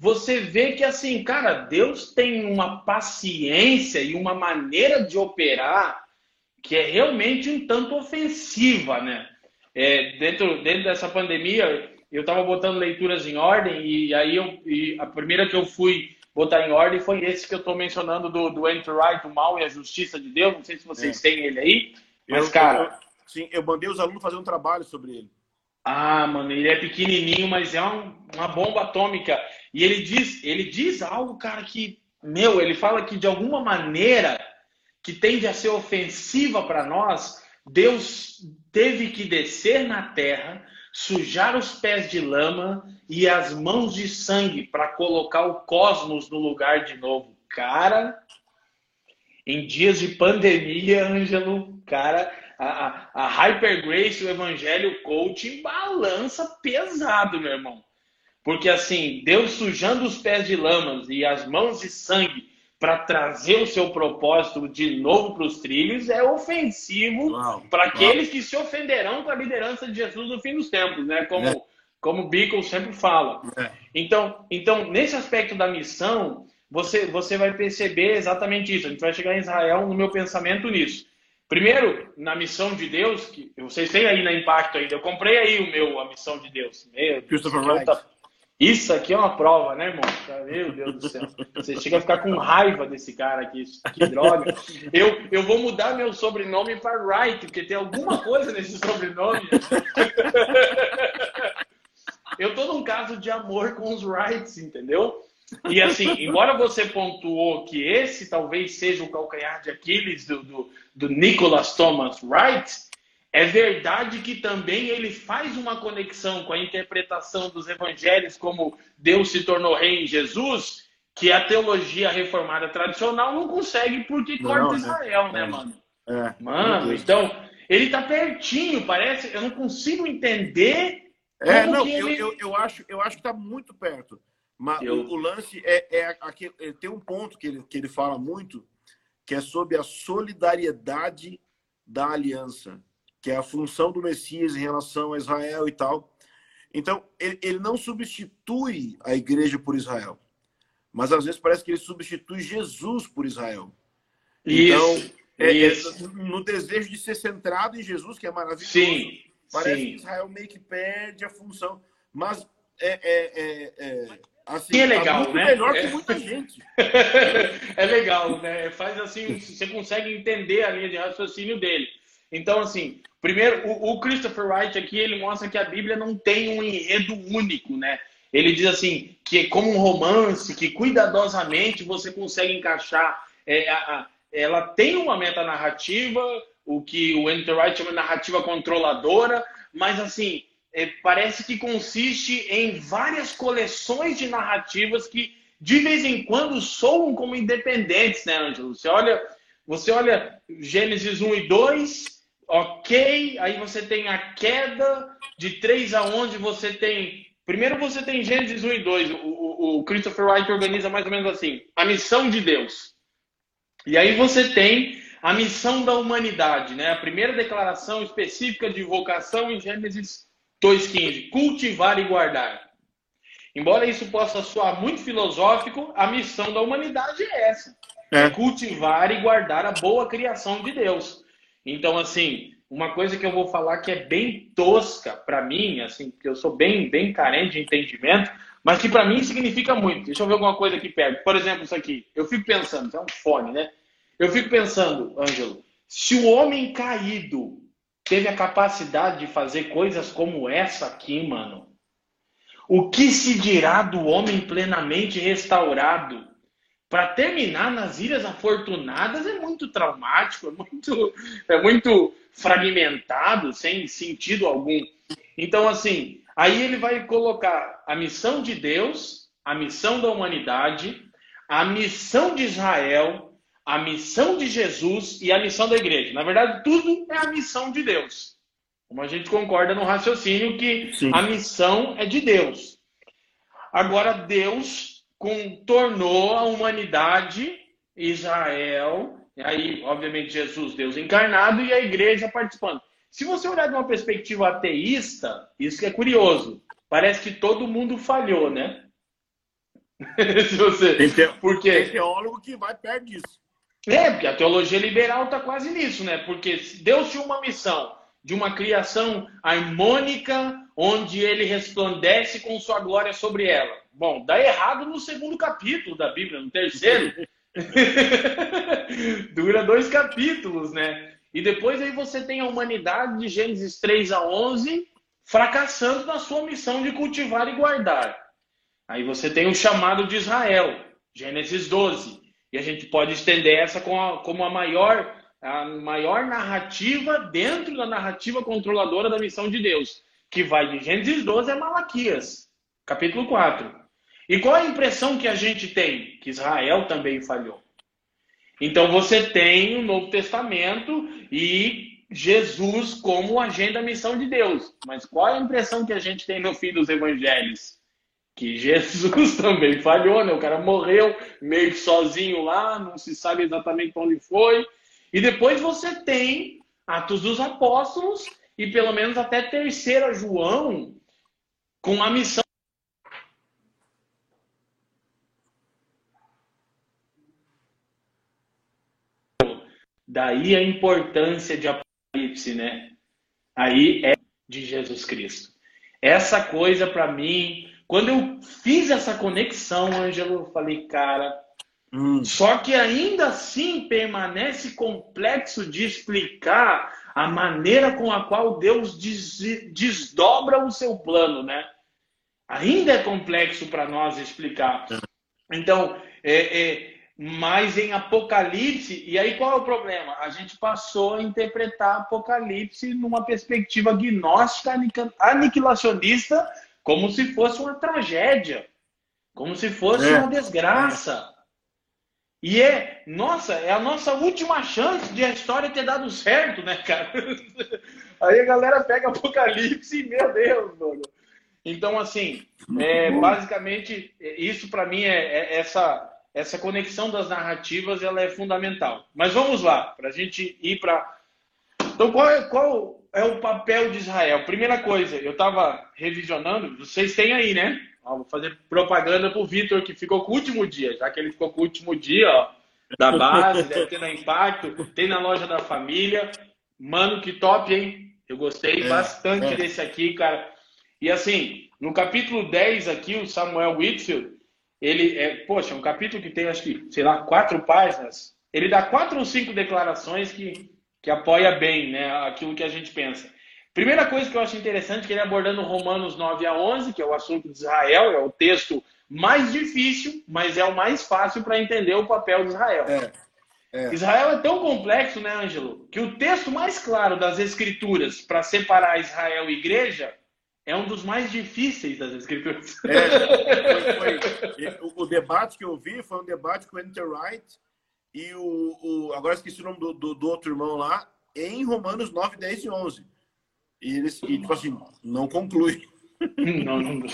você vê que, assim, cara, Deus tem uma paciência e uma maneira de operar que é realmente um tanto ofensiva, né? Dentro dessa pandemia, eu estava botando leituras em ordem e aí a primeira que eu fui botar em ordem foi esse que eu estou mencionando do Andrew Wright, O Mal e a Justiça de Deus. Não sei se vocês têm ele aí, mas, cara... Sim, eu mandei os alunos fazer um trabalho sobre ele. Ah, mano, ele é pequenininho, mas é uma bomba atômica. E ele diz algo, cara, que, ele fala que de alguma maneira que tende a ser ofensiva para nós, Deus teve que descer na terra, sujar os pés de lama e as mãos de sangue para colocar o cosmos no lugar de novo. Cara, em dias de pandemia, Ângelo, cara, a Hyper Grace, o Evangelho Coaching, balança pesado, meu irmão. Porque assim, Deus sujando os pés de lamas e as mãos de sangue para trazer o seu propósito de novo para os trilhos é ofensivo para aqueles que se ofenderão com a liderança de Jesus no fim dos tempos, né? Como Bickle sempre fala. Então, nesse aspecto da missão, você vai perceber exatamente isso. A gente vai chegar em Israel no meu pensamento nisso. Primeiro, na missão de Deus, que vocês têm aí na Impacto ainda. Eu comprei aí a missão de Deus. Christopher Wright. Isso aqui é uma prova, né, irmão? Meu Deus do céu. Você chega a ficar com raiva desse cara aqui. Que droga. Eu vou mudar meu sobrenome para Wright, porque tem alguma coisa nesse sobrenome. Eu tô num caso de amor com os Wrights, entendeu? E assim, embora você pontuou que esse talvez seja o calcanhar de Aquiles do Nicholas Thomas Wright, é verdade que também ele faz uma conexão com a interpretação dos evangelhos como Deus se tornou rei em Jesus, que a teologia reformada tradicional não consegue porque corta Israel, né, mano? Mano, então, ele tá pertinho, parece, eu não consigo entender como que ele... eu acho que tá muito perto. Mas o lance tem um ponto que ele fala muito, que é sobre a solidariedade da aliança, que é a função do Messias em relação a Israel e tal. Então, ele não substitui a igreja por Israel, mas às vezes parece que ele substitui Jesus por Israel. Isso, então, no desejo de ser centrado em Jesus, que é maravilhoso, parece que Israel meio que perde a função. Mas assim, é legal, muito né? Melhor que muita gente. É legal, né? Faz assim, você consegue entender a linha de raciocínio dele. Então, assim, primeiro, o Christopher Wright aqui, ele mostra que a Bíblia não tem um enredo único, né? Ele diz assim, que é como um romance, que cuidadosamente você consegue encaixar. Ela tem uma metanarrativa, o que o Andrew Wright chama de narrativa controladora, mas assim, parece que consiste em várias coleções de narrativas que de vez em quando soam como independentes, né, Ângelo? Você olha Gênesis 1 e 2, ok, aí você tem a queda, de 3 a 11 você tem... Primeiro você tem Gênesis 1 e 2, o Christopher Wright organiza mais ou menos assim, a missão de Deus. E aí você tem a missão da humanidade, né? A primeira declaração específica de vocação em Gênesis 2,15, cultivar e guardar. Embora isso possa soar muito filosófico, a missão da humanidade é essa. É cultivar e guardar a boa criação de Deus. Então, assim, uma coisa que eu vou falar que é bem tosca para mim, assim, porque eu sou bem carente de entendimento, mas que para mim significa muito. Deixa eu ver alguma coisa aqui perto. Por exemplo, isso aqui. Eu fico pensando, isso é um fone, né? Eu fico pensando, Ângelo, se o homem caído teve a capacidade de fazer coisas como essa aqui, mano, o que se dirá do homem plenamente restaurado? Para terminar nas Ilhas Afortunadas é muito traumático, é muito fragmentado, sem sentido algum. Então, assim, aí ele vai colocar a missão de Deus, a missão da humanidade, a missão de Israel, a missão de Jesus e a missão da igreja. Na verdade, tudo é a missão de Deus. Como a gente concorda no raciocínio que a missão é de Deus. Agora, Deus contornou a humanidade, Israel, e aí, obviamente, Jesus, Deus encarnado, e a igreja participando. Se você olhar de uma perspectiva ateísta, isso que é curioso. Parece que todo mundo falhou, né? Se você... Tem teólogo que vai perto disso. Porque a teologia liberal está quase nisso, né? Porque Deus tinha uma missão de uma criação harmônica, onde ele resplandece com sua glória sobre ela. Bom, dá errado no segundo capítulo da Bíblia, no terceiro. Dura 2 capítulos, né? E depois aí você tem a humanidade de Gênesis 3 a 11 fracassando na sua missão de cultivar e guardar. Aí você tem o chamado de Israel, Gênesis 12. E a gente pode estender essa como a maior narrativa dentro da narrativa controladora da missão de Deus, que vai de Gênesis 12 a Malaquias, capítulo 4. E qual a impressão que a gente tem? Que Israel também falhou. Então você tem o Novo Testamento e Jesus como agente da missão de Deus. Mas qual é a impressão que a gente tem no fim dos evangelhos? Que Jesus também falhou, né? O cara morreu meio que sozinho lá, não se sabe exatamente para onde foi. E depois você tem Atos dos Apóstolos e pelo menos até 3ª João com a missão. Daí a importância de Apocalipse, né? Aí é de Jesus Cristo. Essa coisa para mim... Quando eu fiz essa conexão, Ângelo, eu falei, cara, só que ainda assim permanece complexo de explicar a maneira com a qual Deus desdobra o seu plano, né? Ainda é complexo para nós explicar. Então, mas em Apocalipse, e aí qual é o problema? A gente passou a interpretar Apocalipse numa perspectiva gnóstica, aniquilacionista, como se fosse uma tragédia, como se fosse uma desgraça. E nossa, é a nossa última chance de a história ter dado certo, né, cara? Aí a galera pega Apocalipse e, meu Deus, mano. Então, assim, basicamente, isso para mim essa conexão das narrativas, ela é fundamental. Mas vamos lá, para a gente ir para... Então, qual é o papel de Israel? Primeira coisa, eu estava revisionando, vocês têm aí, né? Vou fazer propaganda para o Vitor, que ficou com o último dia, já que ele ficou com o último dia, ó, da base, deve ter na Impacto, tem na loja da família. Mano, que top, hein? Eu gostei bastante desse aqui, cara. E assim, no capítulo 10 aqui, o Samuel Whitfield, ele é um capítulo que tem, acho que, sei lá, 4 páginas. Ele dá 4 ou 5 declarações que apoia bem, né, aquilo que a gente pensa. Primeira coisa que eu acho interessante, que ele abordando Romanos 9 a 11, que é o assunto de Israel, é o texto mais difícil, mas é o mais fácil para entender o papel de Israel. Israel é tão complexo, né, Ângelo, que o texto mais claro das Escrituras para separar Israel e igreja é um dos mais difíceis das Escrituras. O debate que eu vi foi um debate com o Enter Wright e agora esqueci o nome do outro irmão lá, em Romanos 9, 10 e 11. E eles, tipo assim, não conclui. Não.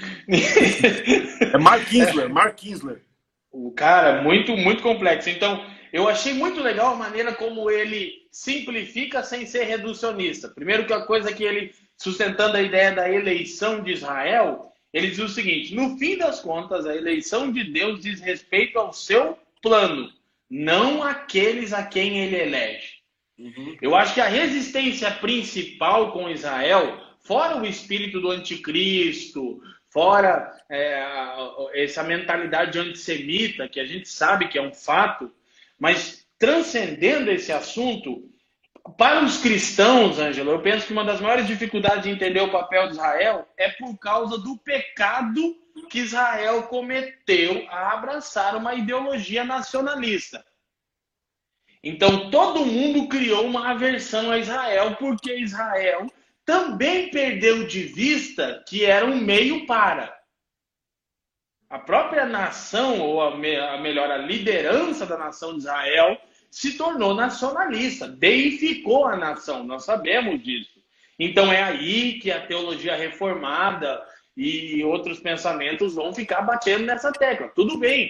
É Mark Kinsler. O cara, muito, muito complexo. Então, eu achei muito legal a maneira como ele simplifica sem ser reducionista. Primeiro, que a coisa que ele, sustentando a ideia da eleição de Israel, ele diz o seguinte: no fim das contas, a eleição de Deus diz respeito ao seu plano, não aqueles a quem ele elege. Eu acho que a resistência principal com Israel, fora o espírito do anticristo, fora essa mentalidade antissemita, que a gente sabe que é um fato, mas transcendendo esse assunto, para os cristãos, Ângelo, eu penso que uma das maiores dificuldades de entender o papel de Israel é por causa do pecado que Israel cometeu a abraçar uma ideologia nacionalista. Então, todo mundo criou uma aversão a Israel, porque Israel também perdeu de vista que era um meio para. A própria nação, ou a liderança da nação de Israel, se tornou nacionalista, deificou a nação, nós sabemos disso. Então, é aí que a teologia reformada e outros pensamentos vão ficar batendo nessa tecla. Tudo bem.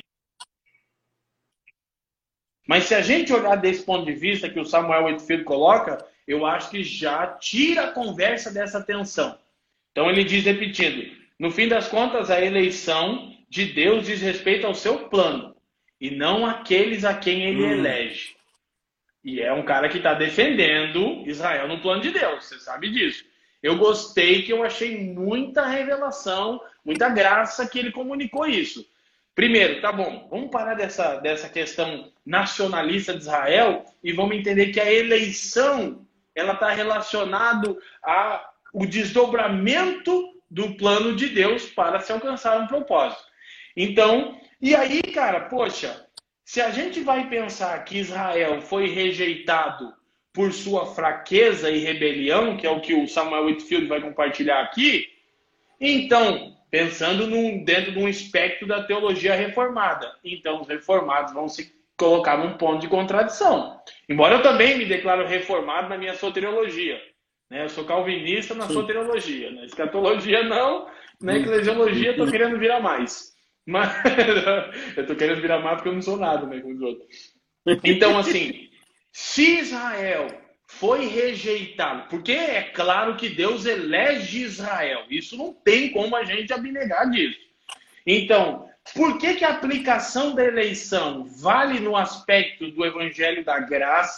Mas se a gente olhar desse ponto de vista que o Samuel Whitfield coloca, eu acho que já tira a conversa dessa tensão. Então ele diz, repetindo, no fim das contas, a eleição de Deus diz respeito ao seu plano e não àqueles a quem ele elege. E é um cara que está defendendo Israel no plano de Deus, você sabe disso. Eu gostei, que eu achei muita revelação, muita graça que ele comunicou isso. Primeiro, tá bom, vamos parar dessa questão nacionalista de Israel e vamos entender que a eleição ela está relacionada ao desdobramento do plano de Deus para se alcançar um propósito. Então, e aí, cara, poxa, se a gente vai pensar que Israel foi rejeitado por sua fraqueza e rebelião, que é o que o Samuel Whitfield vai compartilhar aqui, então, pensando dentro de um espectro da teologia reformada, então os reformados vão se colocar num ponto de contradição. Embora eu também me declaro reformado na minha soteriologia. Né? Eu sou calvinista na soteriologia. Na escatologia não, na eclesiologia estou querendo virar mais. Mas eu estou querendo virar mais porque eu não sou nada, né, com os outros. Então, assim, se Israel foi rejeitado, porque é claro que Deus elege Israel, isso não tem como a gente abnegar disso. Então, por que a aplicação da eleição vale no aspecto do evangelho da graça?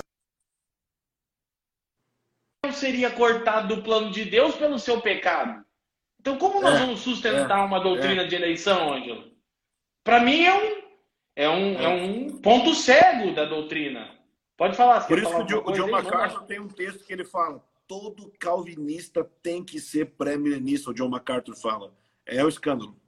Não seria cortado do plano de Deus pelo seu pecado? Então, como nós vamos sustentar uma doutrina de eleição, Ângelo? Para mim é um ponto cego da doutrina. Pode falar. Por isso que o John MacArthur tem um texto que ele fala: todo calvinista tem que ser pré-milenista. O John MacArthur fala. É o escândalo.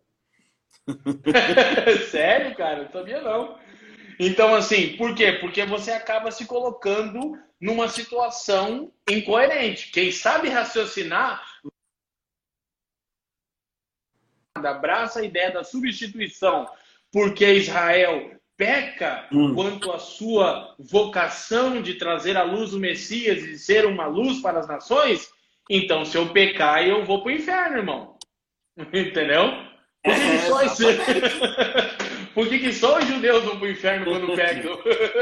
Sério, cara? Não sabia não. Então, assim, por quê? Porque você acaba se colocando numa situação incoerente. Quem sabe raciocinar abraça a ideia da substituição, porque Israel peca quanto à sua vocação de trazer à luz o Messias e ser uma luz para as nações. Então, se eu pecar, eu vou para o inferno, irmão. Entendeu? Por que só os judeus vão para o inferno quando pecam?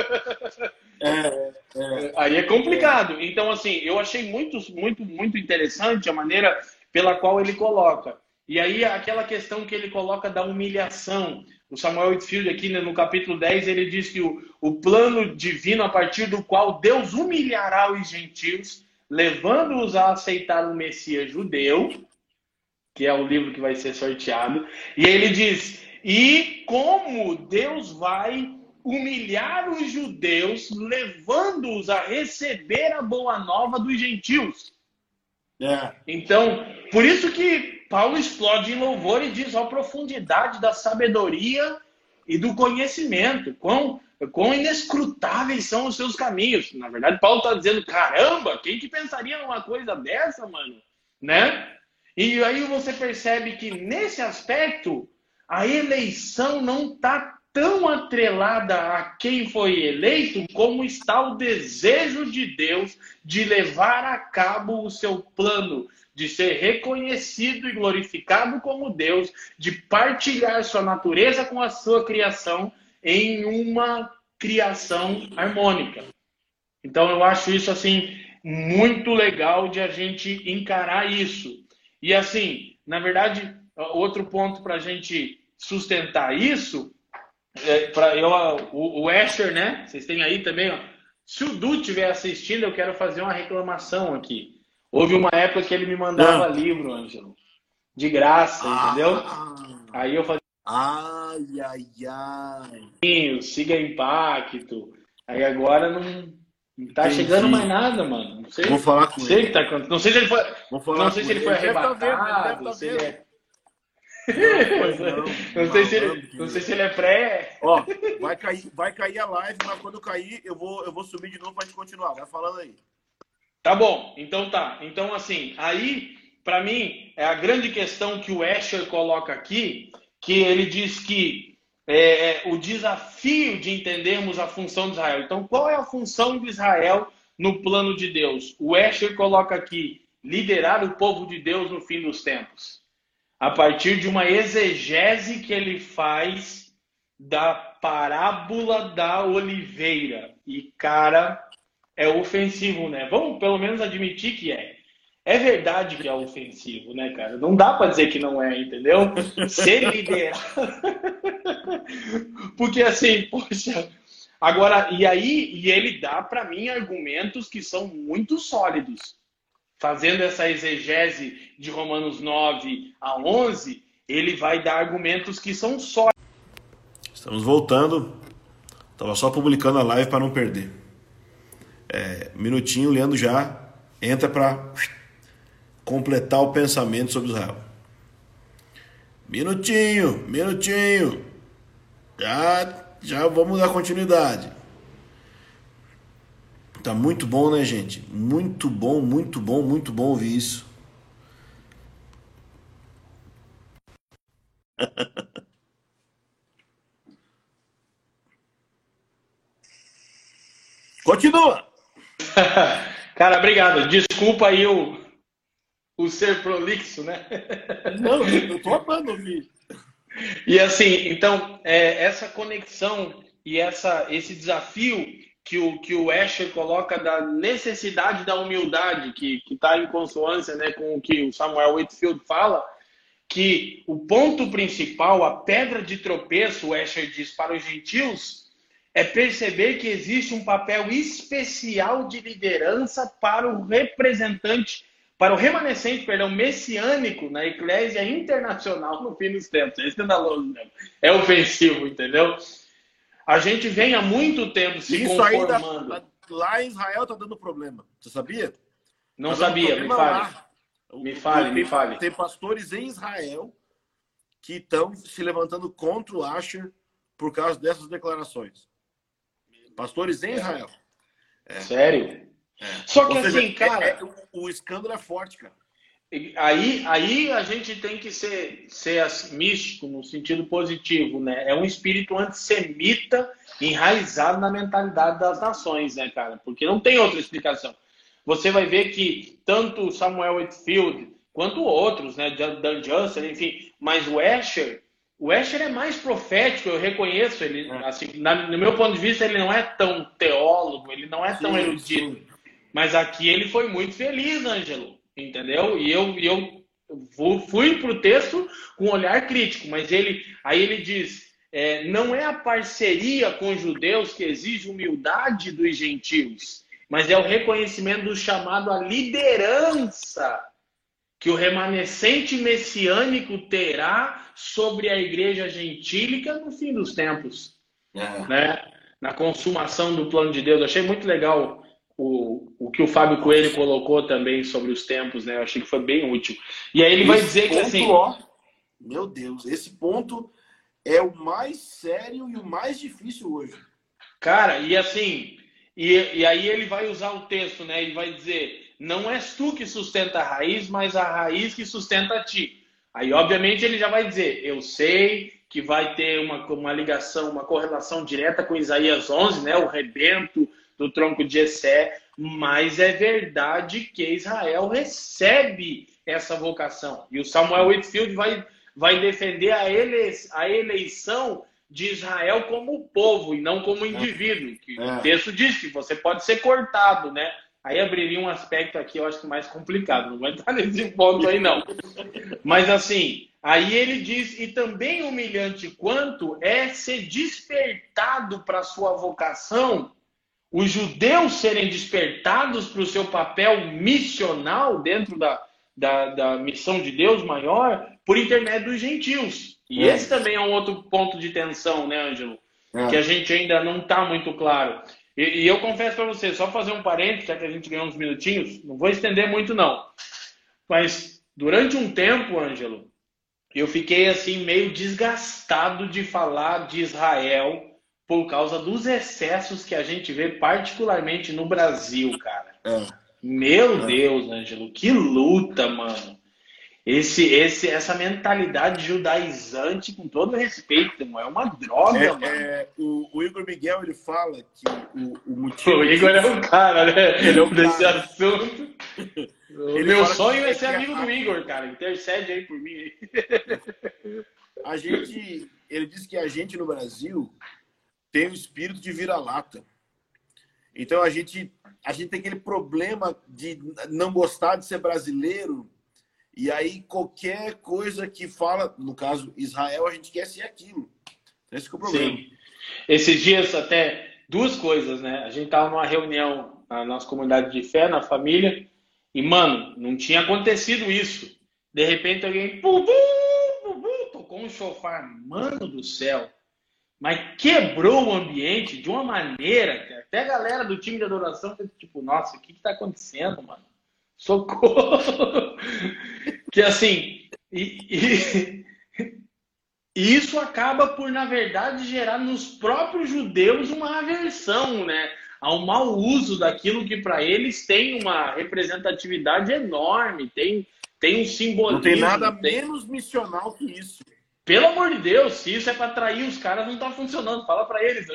Aí é complicado. Então, assim, eu achei muito interessante a maneira pela qual ele coloca. E aí, aquela questão que ele coloca da humilhação. O Samuel Whitfield, aqui no capítulo 10, ele diz que o plano divino, a partir do qual Deus humilhará os gentios, levando-os a aceitar o Messias judeu, que é o livro que vai ser sorteado. E ele diz, e como Deus vai humilhar os judeus, levando-os a receber a boa nova dos gentios. Então, por isso que Paulo explode em louvor e diz a profundidade da sabedoria e do conhecimento, quão inescrutáveis são os seus caminhos. Na verdade, Paulo está dizendo, caramba, quem que pensaria numa coisa dessa, mano? Né? E aí você percebe que nesse aspecto, a eleição não está tão atrelada a quem foi eleito como está o desejo de Deus de levar a cabo o seu plano, de ser reconhecido e glorificado como Deus, de partilhar sua natureza com a sua criação em uma criação harmônica. Então eu acho isso assim muito legal de a gente encarar isso. E assim, na verdade, outro ponto para a gente sustentar isso, o Asher, né? Vocês têm aí também, ó. Se o Du estiver assistindo, eu quero fazer uma reclamação aqui. Houve uma época que ele me mandava livro, Ângelo, de graça, entendeu? Aí eu fazia. Siga Impacto. Aí agora não tá chegando mais nada, mano. Não sei. Vou falar com ele. Não sei se ele foi. Não sei se ele foi arrebatado. Não sei se ele é pré. Ó, vai cair a live, mas quando cair, eu vou subir de novo pra gente continuar. Vai falando aí. Tá bom, então tá. Então, assim, aí, para mim, é a grande questão que o Asher coloca aqui, que ele diz que o desafio de entendermos a função de Israel. Então, qual é a função de Israel no plano de Deus? O Asher coloca aqui, liderar o povo de Deus no fim dos tempos. A partir de uma exegese que ele faz da parábola da oliveira. E, cara, é ofensivo, né? Vamos pelo menos admitir que é. É verdade que é ofensivo, né, cara? Não dá para dizer que não é, entendeu? Ser liderar. Porque assim, poxa. Agora, e ele dá para mim argumentos que são muito sólidos. Fazendo essa exegese de Romanos 9 a 11, ele vai dar argumentos que são sólidos. Estamos voltando. Estava só publicando a live para não perder. Minutinho, o Leandro já entra para completar o pensamento sobre Israel. Minutinho. Já vamos dar continuidade. Tá muito bom, né, gente? Muito bom ouvir isso. Continua! Cara, obrigado. Desculpa aí o ser prolixo, né? Não, eu tô amando ouvir. E assim, então, essa conexão e esse desafio que o Escher coloca da necessidade da humildade, que está em consonância, né, com o que o Samuel Whitfield fala, que o ponto principal, a pedra de tropeço, o Escher diz, para os gentios, é perceber que existe um papel especial de liderança para o representante, para o remanescente, perdão, messiânico na eclésia internacional no fim dos tempos. É escandaloso mesmo. É ofensivo, entendeu? A gente vem há muito tempo se isso conformando. Aí lá em Israel tá dando problema. Você sabia? Não sabia, me fale. Me fale. Tem pastores em Israel que estão se levantando contra o Asher por causa dessas declarações. Pastores em Israel. Sério? Só que seja, assim, cara... o escândalo é forte, cara. Aí a gente tem que ser místico no sentido positivo, né? É um espírito antissemita enraizado na mentalidade das nações, né, cara? Porque não tem outra explicação. Você vai ver que tanto Samuel Whitfield quanto outros, né, Dan Juster, enfim, mas o Escher é mais profético, eu reconheço ele, assim, no meu ponto de vista, ele não é tão teólogo, ele não é tão erudito, mas aqui ele foi muito feliz, Ângelo, entendeu? E eu fui pro texto com um olhar crítico, mas aí ele diz, não é a parceria com os judeus que exige humildade dos gentios, mas é o reconhecimento do chamado à liderança que o remanescente messiânico terá sobre a igreja gentílica no fim dos tempos, né? Na consumação do plano de Deus. Eu achei muito legal o que o Fábio Coelho colocou também sobre os tempos, né? Eu achei que foi bem útil. E aí ele vai dizer que assim... Meu Deus, esse ponto é o mais sério e o mais difícil hoje. Cara, e assim... E aí ele vai usar o texto, né? Ele vai dizer, não és tu que sustenta a raiz, mas a raiz que sustenta a ti. Aí, obviamente, ele já vai dizer, eu sei que vai ter uma ligação, uma correlação direta com Isaías 11, né? O rebento do tronco de Jessé, mas é verdade que Israel recebe essa vocação. E o Samuel Whitfield vai defender a eleição de Israel como povo e não como indivíduo. O texto diz que você pode ser cortado, né? Aí abriria um aspecto aqui, eu acho que mais complicado. Não vai entrar nesse ponto aí, não. Mas assim, aí ele diz, e também humilhante quanto é ser despertado para a sua vocação, os judeus serem despertados para o seu papel missional dentro da missão de Deus maior, por intermédio dos gentios. E esse também é um outro ponto de tensão, né, Ângelo? Que a gente ainda não está muito claro. E eu confesso para você, só fazer um parênteses, já que a gente ganhou uns minutinhos, não vou estender muito não. Mas durante um tempo, Ângelo, eu fiquei assim meio desgastado de falar de Israel por causa dos excessos que a gente vê particularmente no Brasil, cara. Meu Deus, Ângelo, que luta, mano. Essa mentalidade judaizante, com todo respeito, é uma droga, mano. O Igor Miguel, ele fala que o motivo... O Igor é um cara, né? Ele é um desse cara. Assunto. Meu sonho é ser amigo do Igor, cara. Intercede aí por mim. Ele diz que a gente no Brasil tem o espírito de vira-lata. Então a gente a gente tem aquele problema de não gostar de ser brasileiro, e aí qualquer coisa que fala, no caso Israel, a gente quer ser aquilo. Esse que é o problema. Sim. Esses dias até duas coisas, né? A gente tava numa reunião na nossa comunidade de fé, na família, e, mano, não tinha acontecido isso. De repente alguém tocou um chofar, mano do céu. Mas quebrou o ambiente de uma maneira que até a galera do time de adoração fez tipo, nossa, o que tá acontecendo, mano? Socorro! Que assim, e isso acaba por, na verdade, gerar nos próprios judeus uma aversão, né? Ao mau uso daquilo que para eles tem uma representatividade enorme, tem um simbolismo. Não tem nada menos missional que isso. Pelo amor de Deus, se isso é para atrair os caras, não tá funcionando. Fala para eles.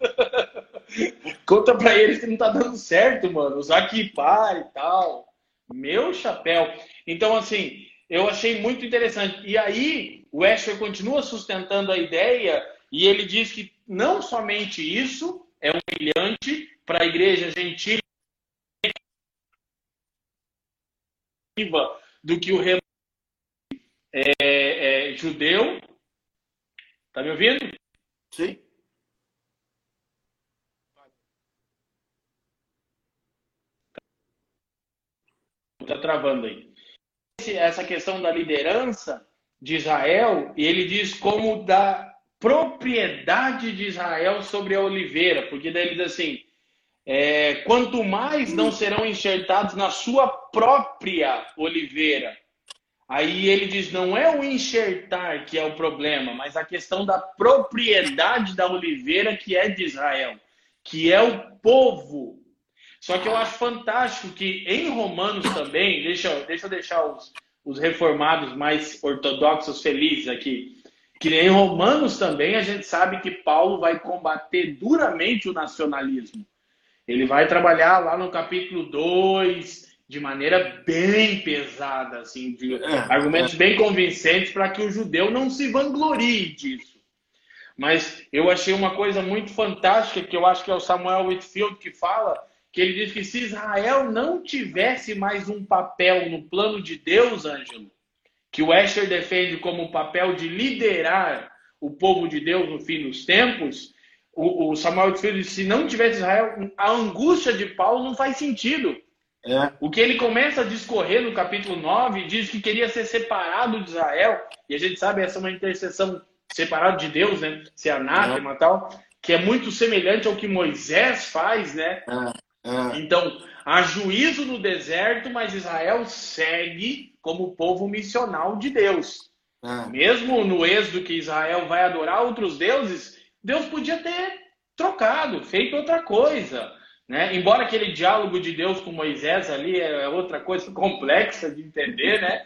Conta para eles que não tá dando certo, mano. Usar kippah e tal. Meu chapéu. Então, assim, eu achei muito interessante. E aí, o Escher continua sustentando a ideia e ele diz que não somente isso é humilhante para a igreja gentil do que o judeu. Tá me ouvindo? Sim. Tá travando aí. Essa questão da liderança de Israel, e ele diz como da propriedade de Israel sobre a oliveira, porque daí ele diz assim, quanto mais não serão enxertados na sua própria oliveira. Aí ele diz, não é o enxertar que é o problema, mas a questão da propriedade da oliveira que é de Israel, que é o povo. Só que eu acho fantástico que em Romanos também, deixa eu deixar os reformados mais ortodoxos felizes aqui, que em Romanos também a gente sabe que Paulo vai combater duramente o nacionalismo. Ele vai trabalhar lá no capítulo 2, de maneira bem pesada, assim, de argumentos bem convincentes para que o judeu não se vanglorie disso. Mas eu achei uma coisa muito fantástica, que eu acho que é o Samuel Whitfield que fala, que ele diz que se Israel não tivesse mais um papel no plano de Deus, Ângelo, que o Escher defende como o papel de liderar o povo de Deus no fim dos tempos, o Samuel Whitfield diz que se não tivesse Israel, a angústia de Paulo não faz sentido. O que ele começa a discorrer no capítulo 9, diz que queria ser separado de Israel, e a gente sabe, essa é uma intercessão separado de Deus, né? Ser anátema e tal, que é muito semelhante ao que Moisés faz, né? Então, há juízo no deserto, mas Israel segue como povo missional de Deus. Mesmo no êxodo que Israel vai adorar outros deuses, Deus podia ter trocado, feito outra coisa. Né? Embora aquele diálogo de Deus com Moisés ali é outra coisa complexa de entender, né?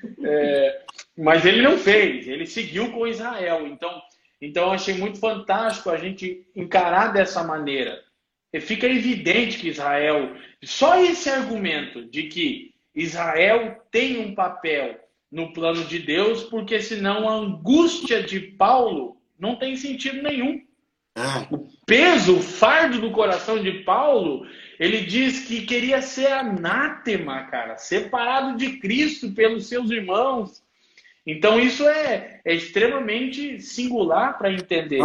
Mas ele não fez, ele seguiu com Israel. Então eu achei muito fantástico a gente encarar dessa maneira. E fica evidente que Israel, só esse argumento de que Israel tem um papel no plano de Deus, porque senão a angústia de Paulo não tem sentido nenhum. O peso, o fardo do coração de Paulo, ele diz que queria ser anátema, cara, separado de Cristo pelos seus irmãos. Então isso é extremamente singular para entender.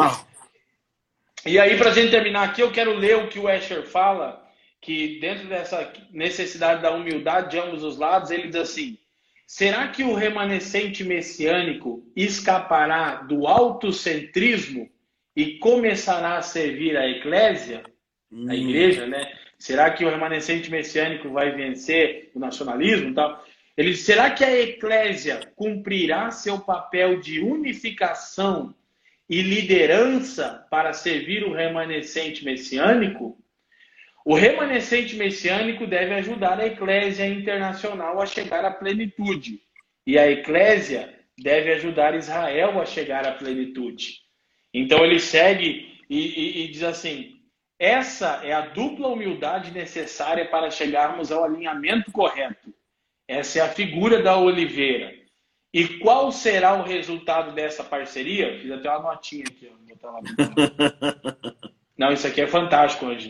E aí, para a gente terminar aqui, eu quero ler o que o Escher fala, que dentro dessa necessidade da humildade de ambos os lados, ele diz assim, será que o remanescente messiânico escapará do autocentrismo e começará a servir a eclésia, a igreja, né? Será que o remanescente messiânico vai vencer o nacionalismo e tal? Ele diz, será que a eclésia cumprirá seu papel de unificação e liderança para servir o remanescente messiânico? O remanescente messiânico deve ajudar a eclésia internacional a chegar à plenitude. E a eclésia deve ajudar Israel a chegar à plenitude. Então ele segue e diz assim, essa é a dupla humildade necessária para chegarmos ao alinhamento correto. Essa é a figura da oliveira. E qual será o resultado dessa parceria? Fiz até uma notinha aqui. Ó, vou botar lá. Não, isso aqui é fantástico, Ângelo.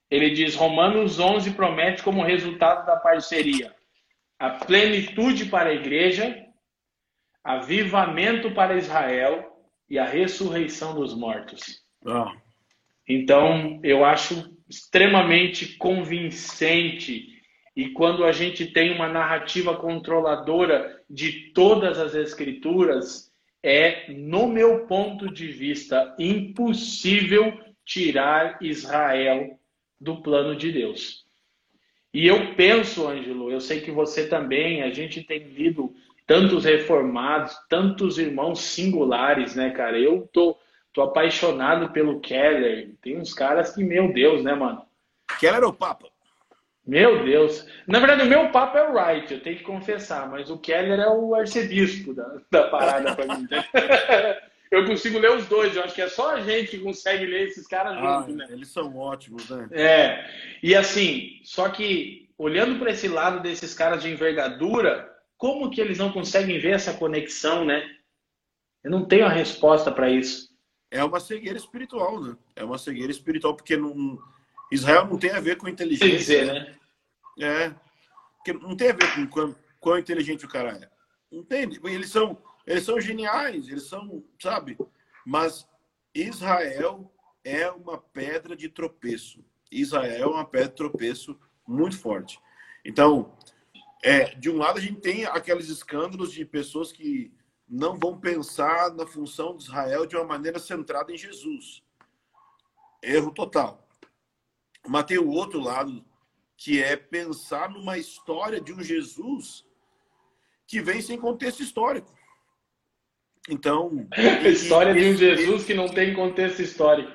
Ele diz, Romanos 11 promete como resultado da parceria a plenitude para a igreja, avivamento para Israel e a ressurreição dos mortos. Ah. Então, eu acho extremamente convincente. E quando a gente tem uma narrativa controladora de todas as escrituras, é, no meu ponto de vista, impossível tirar Israel do plano de Deus. E eu penso, Ângelo, eu sei que você também, a gente tem lido tantos reformados, tantos irmãos singulares, né, cara? Eu tô apaixonado pelo Keller. Tem uns caras que, meu Deus, né, mano? Keller é o Papa? Meu Deus. Na verdade, o meu Papa é o Wright, eu tenho que confessar, mas o Keller é o arcebispo da parada pra mim. Eu consigo ler os dois, eu acho que é só a gente que consegue ler esses caras juntos, né? Eles são ótimos, né? É, e assim, só que olhando para esse lado desses caras de envergadura, como que eles não conseguem ver essa conexão, né? Eu não tenho a resposta para isso. É uma cegueira espiritual, né? É uma cegueira espiritual, porque Israel não tem a ver com inteligência. Dizer, né? É, porque não tem a ver com quão inteligente o cara é. Não tem. Eles são geniais, eles são, sabe? Mas Israel é uma pedra de tropeço. Israel é uma pedra de tropeço muito forte. Então, de um lado a gente tem aqueles escândalos de pessoas que não vão pensar na função de Israel de uma maneira centrada em Jesus. Erro total. Mas tem o outro lado, que é pensar numa história de um Jesus que vem sem contexto histórico. Então... História de um Jesus que não tem contexto histórico.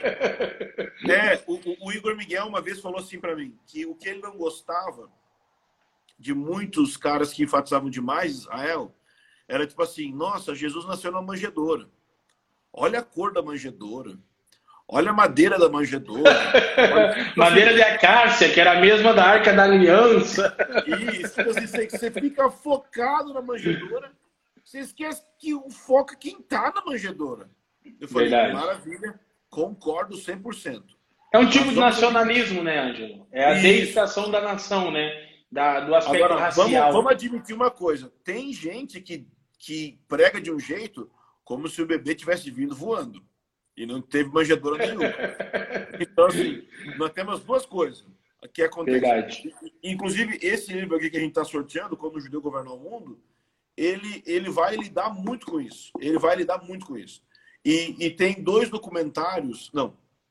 O Igor Miguel uma vez falou assim para mim, que o que ele não gostava de muitos caras que enfatizavam demais Israel, era tipo assim, nossa, Jesus nasceu na manjedoura. Olha a cor da manjedoura. Olha a madeira da manjedoura. Madeira de acácia, que era a mesma da Arca da Aliança. Isso, você fica focado na manjedoura, você esquece que o foco é quem tá na manjedoura. Eu falei, verdade. Maravilha, concordo 100%. É um tipo de nacionalismo, né, Ângelo? É a Isso. Deitação da nação, né? Do aspecto agora, racial. Vamos admitir uma coisa. Tem gente que prega de um jeito como se o bebê tivesse vindo voando. E não teve manjedoura nenhuma. Então, assim, nós temos duas coisas que acontecem. Verdade. Inclusive, esse livro aqui que a gente está sorteando, Quando o Judeu Governou o Mundo, ele vai lidar muito com isso. Ele vai lidar muito com isso. E tem 2 documentários, não,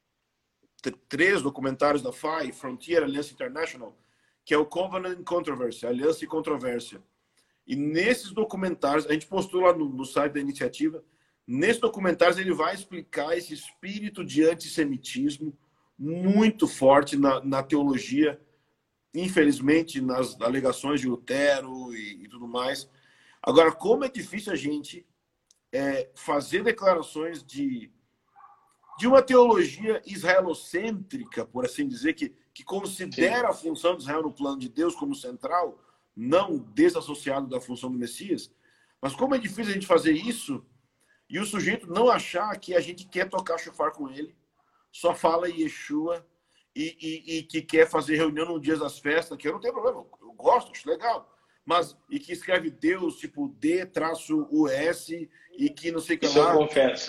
3 documentários da FAI, Frontier, Aliança International, que é o Covenant and Controversy, Aliança e Controvérsia. E nesses documentários, a gente postou lá no site da iniciativa, nesses documentários ele vai explicar esse espírito de antissemitismo muito forte na teologia, infelizmente, nas alegações de Lutero e tudo mais. Agora, como é difícil a gente fazer declarações de uma teologia israelocêntrica, por assim dizer, que considera a função de Israel no plano de Deus como central, não desassociado da função do Messias. Mas como é difícil a gente fazer isso e o sujeito não achar que a gente quer tocar chofar com ele, só fala Yeshua e que quer fazer reunião no dia das festas, que eu não tenho problema, eu gosto, acho legal. Mas, e que escreve Deus, tipo D-US, e que não sei o que Isso lá. eu confesso.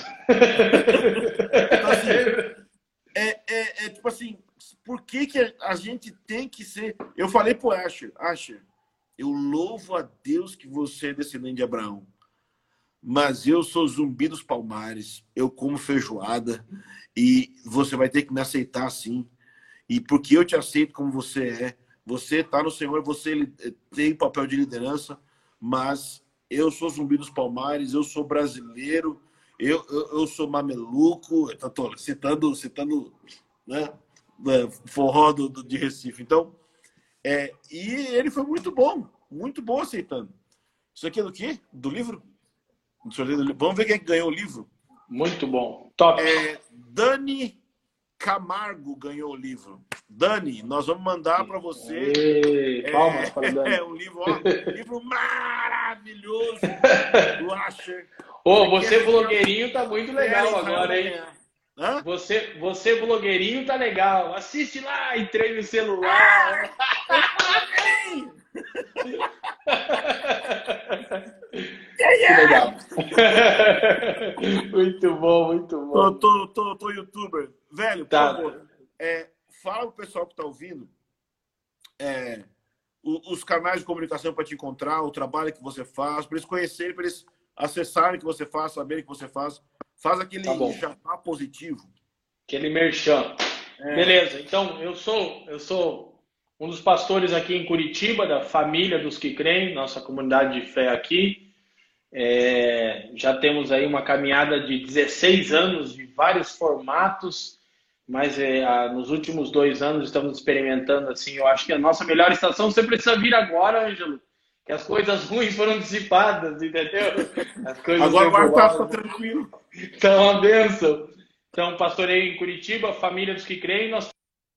Então, assim, tipo assim, por que a gente tem que ser... Eu falei pro Asher, eu louvo a Deus que você é descendente de Abraão, mas eu sou Zumbi dos Palmares, eu como feijoada, e você vai ter que me aceitar assim, e porque eu te aceito como você está no Senhor, você tem papel de liderança, mas eu sou Zumbi dos Palmares, eu sou brasileiro, eu sou mameluco, tô citando né, forró de Recife. Então, e ele foi muito bom aceitando. Isso aqui é do quê? Do livro? Vamos ver quem é que ganhou o livro. Muito bom. Top. Dani Camargo ganhou o livro. Dani, nós vamos mandar para você. Palmas para Dani. Um livro maravilhoso do Asher. Você blogueirinho tá muito legal agora, hein? Hã? Você blogueirinho, tá legal. Assiste lá, entrei no celular. Eu também! Que legal. Muito bom, muito bom. Tô youtuber. Velho, por Tá. favor, fala pro pessoal que tá ouvindo os canais de comunicação para te encontrar, o trabalho que você faz, para eles conhecerem, para eles acessarem o que você faz, saberem o que você faz. Faz aquele Tá bom. jabá positivo. Aquele merchan. Beleza, então eu sou um dos pastores aqui em Curitiba, da família dos que creem, nossa comunidade de fé aqui. Já temos aí uma caminhada de 16 anos, de vários formatos, mas nos últimos 2 anos estamos experimentando assim. Eu acho que a nossa melhor estação você precisa vir agora, Ângelo, que as coisas ruins foram dissipadas, entendeu? As coisas Agora tá tranquilo. Então, uma bênção. Então, pastorei em Curitiba, família dos que creem. Nós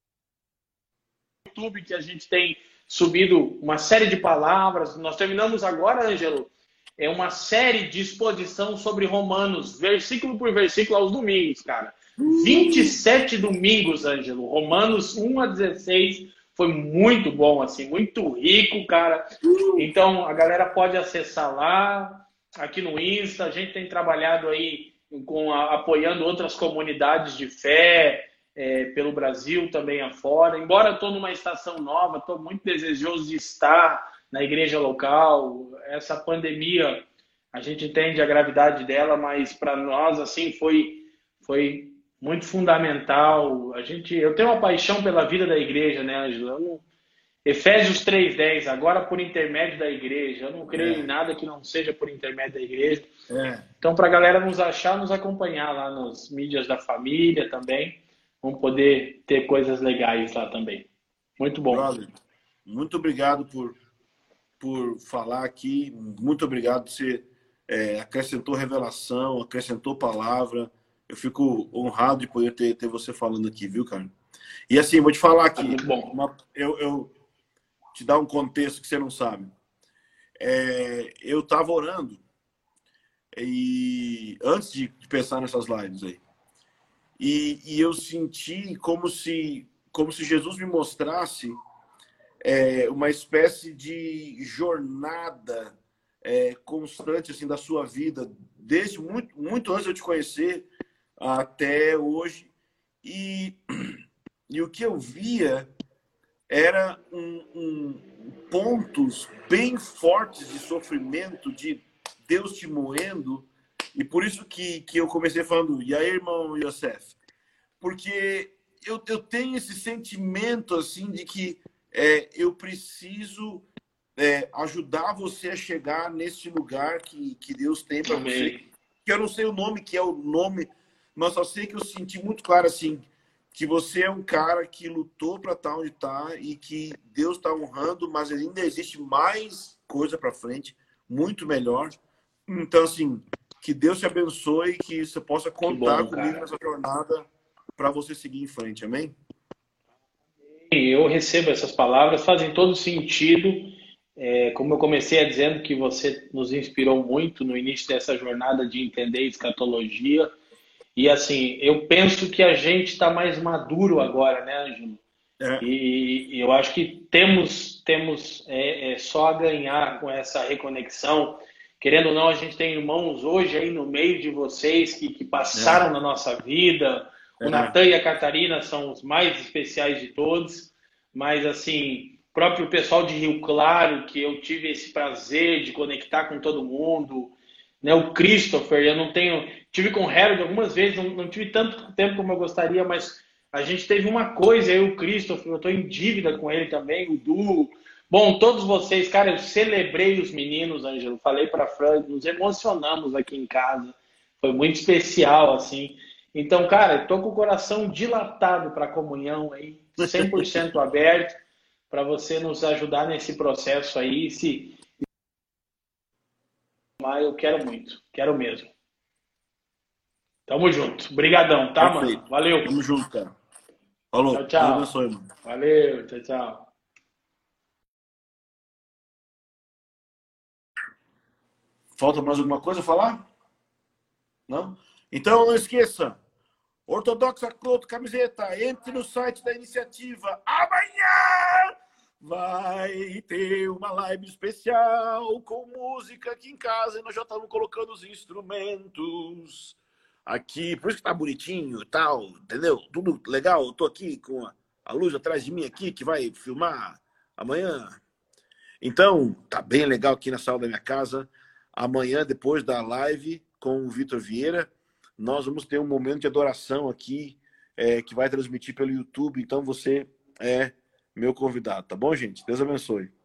temos no YouTube que a gente tem subido uma série de palavras. Nós terminamos agora, Ângelo, uma série de exposição sobre Romanos, versículo por versículo aos domingos, cara. 27 domingos, Ângelo. Romanos 1 a 16. Foi muito bom, assim, muito rico, cara. Então, a galera pode acessar lá, aqui no Insta. A gente tem trabalhado aí apoiando outras comunidades de fé pelo Brasil, também afora. Embora eu estou numa estação nova, estou muito desejoso de estar na igreja local. Essa pandemia, a gente entende a gravidade dela, mas para nós assim foi muito fundamental. Eu tenho uma paixão pela vida da igreja, né, Ângelo? Efésios 3:10, agora por intermédio da igreja. Eu não creio em nada que não seja por intermédio da igreja. Então, para a galera nos achar, nos acompanhar lá nas mídias da família também, vamos poder ter coisas legais lá também. Muito bom. Brother, muito obrigado por falar aqui. Muito obrigado. Você acrescentou revelação, acrescentou palavra. Eu fico honrado de poder ter você falando aqui, viu, cara? E assim, vou te falar aqui. Muito bom. Eu te dar um contexto que você não sabe. Eu estava orando e antes de pensar nessas lives aí. E eu senti como se Jesus me mostrasse uma espécie de jornada constante assim da sua vida, desde muito antes de eu te conhecer até hoje. E o que eu via era pontos bem fortes de sofrimento, de Deus te moendo. E por isso que eu comecei falando, e aí, irmão Yosef? Porque eu tenho esse sentimento assim de que eu preciso ajudar você a chegar nesse lugar que Deus tem para você. Que eu não sei o nome, que é o nome, mas só sei que eu senti muito claro assim, que você é um cara que lutou para estar onde está e que Deus está honrando, mas ainda existe mais coisa para frente, muito melhor. Então, assim, que Deus te abençoe e que você possa contar comigo nessa jornada para você seguir em frente. Amém? Eu recebo essas palavras, fazem todo sentido. Como eu comecei dizendo que você nos inspirou muito no início dessa jornada de entender escatologia. E assim, eu penso que a gente está mais maduro agora, né, Ângelo? E eu acho que temos só a ganhar com essa reconexão. Querendo ou não, a gente tem irmãos hoje aí no meio de vocês que passaram na nossa vida. O Natan e a Catarina são os mais especiais de todos. Mas, assim, próprio pessoal de Rio Claro, que eu tive esse prazer de conectar com todo mundo. Né? O Christopher, eu não tenho... Tive com o Harold algumas vezes, não tive tanto tempo como eu gostaria, mas a gente teve uma coisa, eu e o Christopher, eu estou em dívida com ele também, o Du. Bom, todos vocês, cara, eu celebrei os meninos, Ângelo, falei para a Fran, nos emocionamos aqui em casa, foi muito especial, assim. Então, cara, estou com o coração dilatado para a comunhão aí, 100% aberto, para você nos ajudar nesse processo aí. Eu quero muito, quero mesmo. Tamo junto. Obrigadão, tá, Perfeito. Mano? Valeu. Tamo junto, cara. Falou. Tchau, tchau. Deus abençoe, mano. Valeu, tchau, tchau. Falta mais alguma coisa a falar? Não? Então, não esqueça. Ortodoxa Cloto Camiseta, entre no site da iniciativa. Amanhã vai ter uma live especial com música aqui em casa e nós já estamos colocando os instrumentos aqui. Por isso que tá bonitinho e tal, entendeu? Tudo legal. Eu tô aqui com a luz atrás de mim aqui que vai filmar amanhã. Então, tá bem legal aqui na sala da minha casa. Amanhã, depois da live com o Vitor Vieira, nós vamos ter um momento de adoração aqui, que vai transmitir pelo YouTube. Então, você é meu convidado, tá bom, gente? Deus abençoe.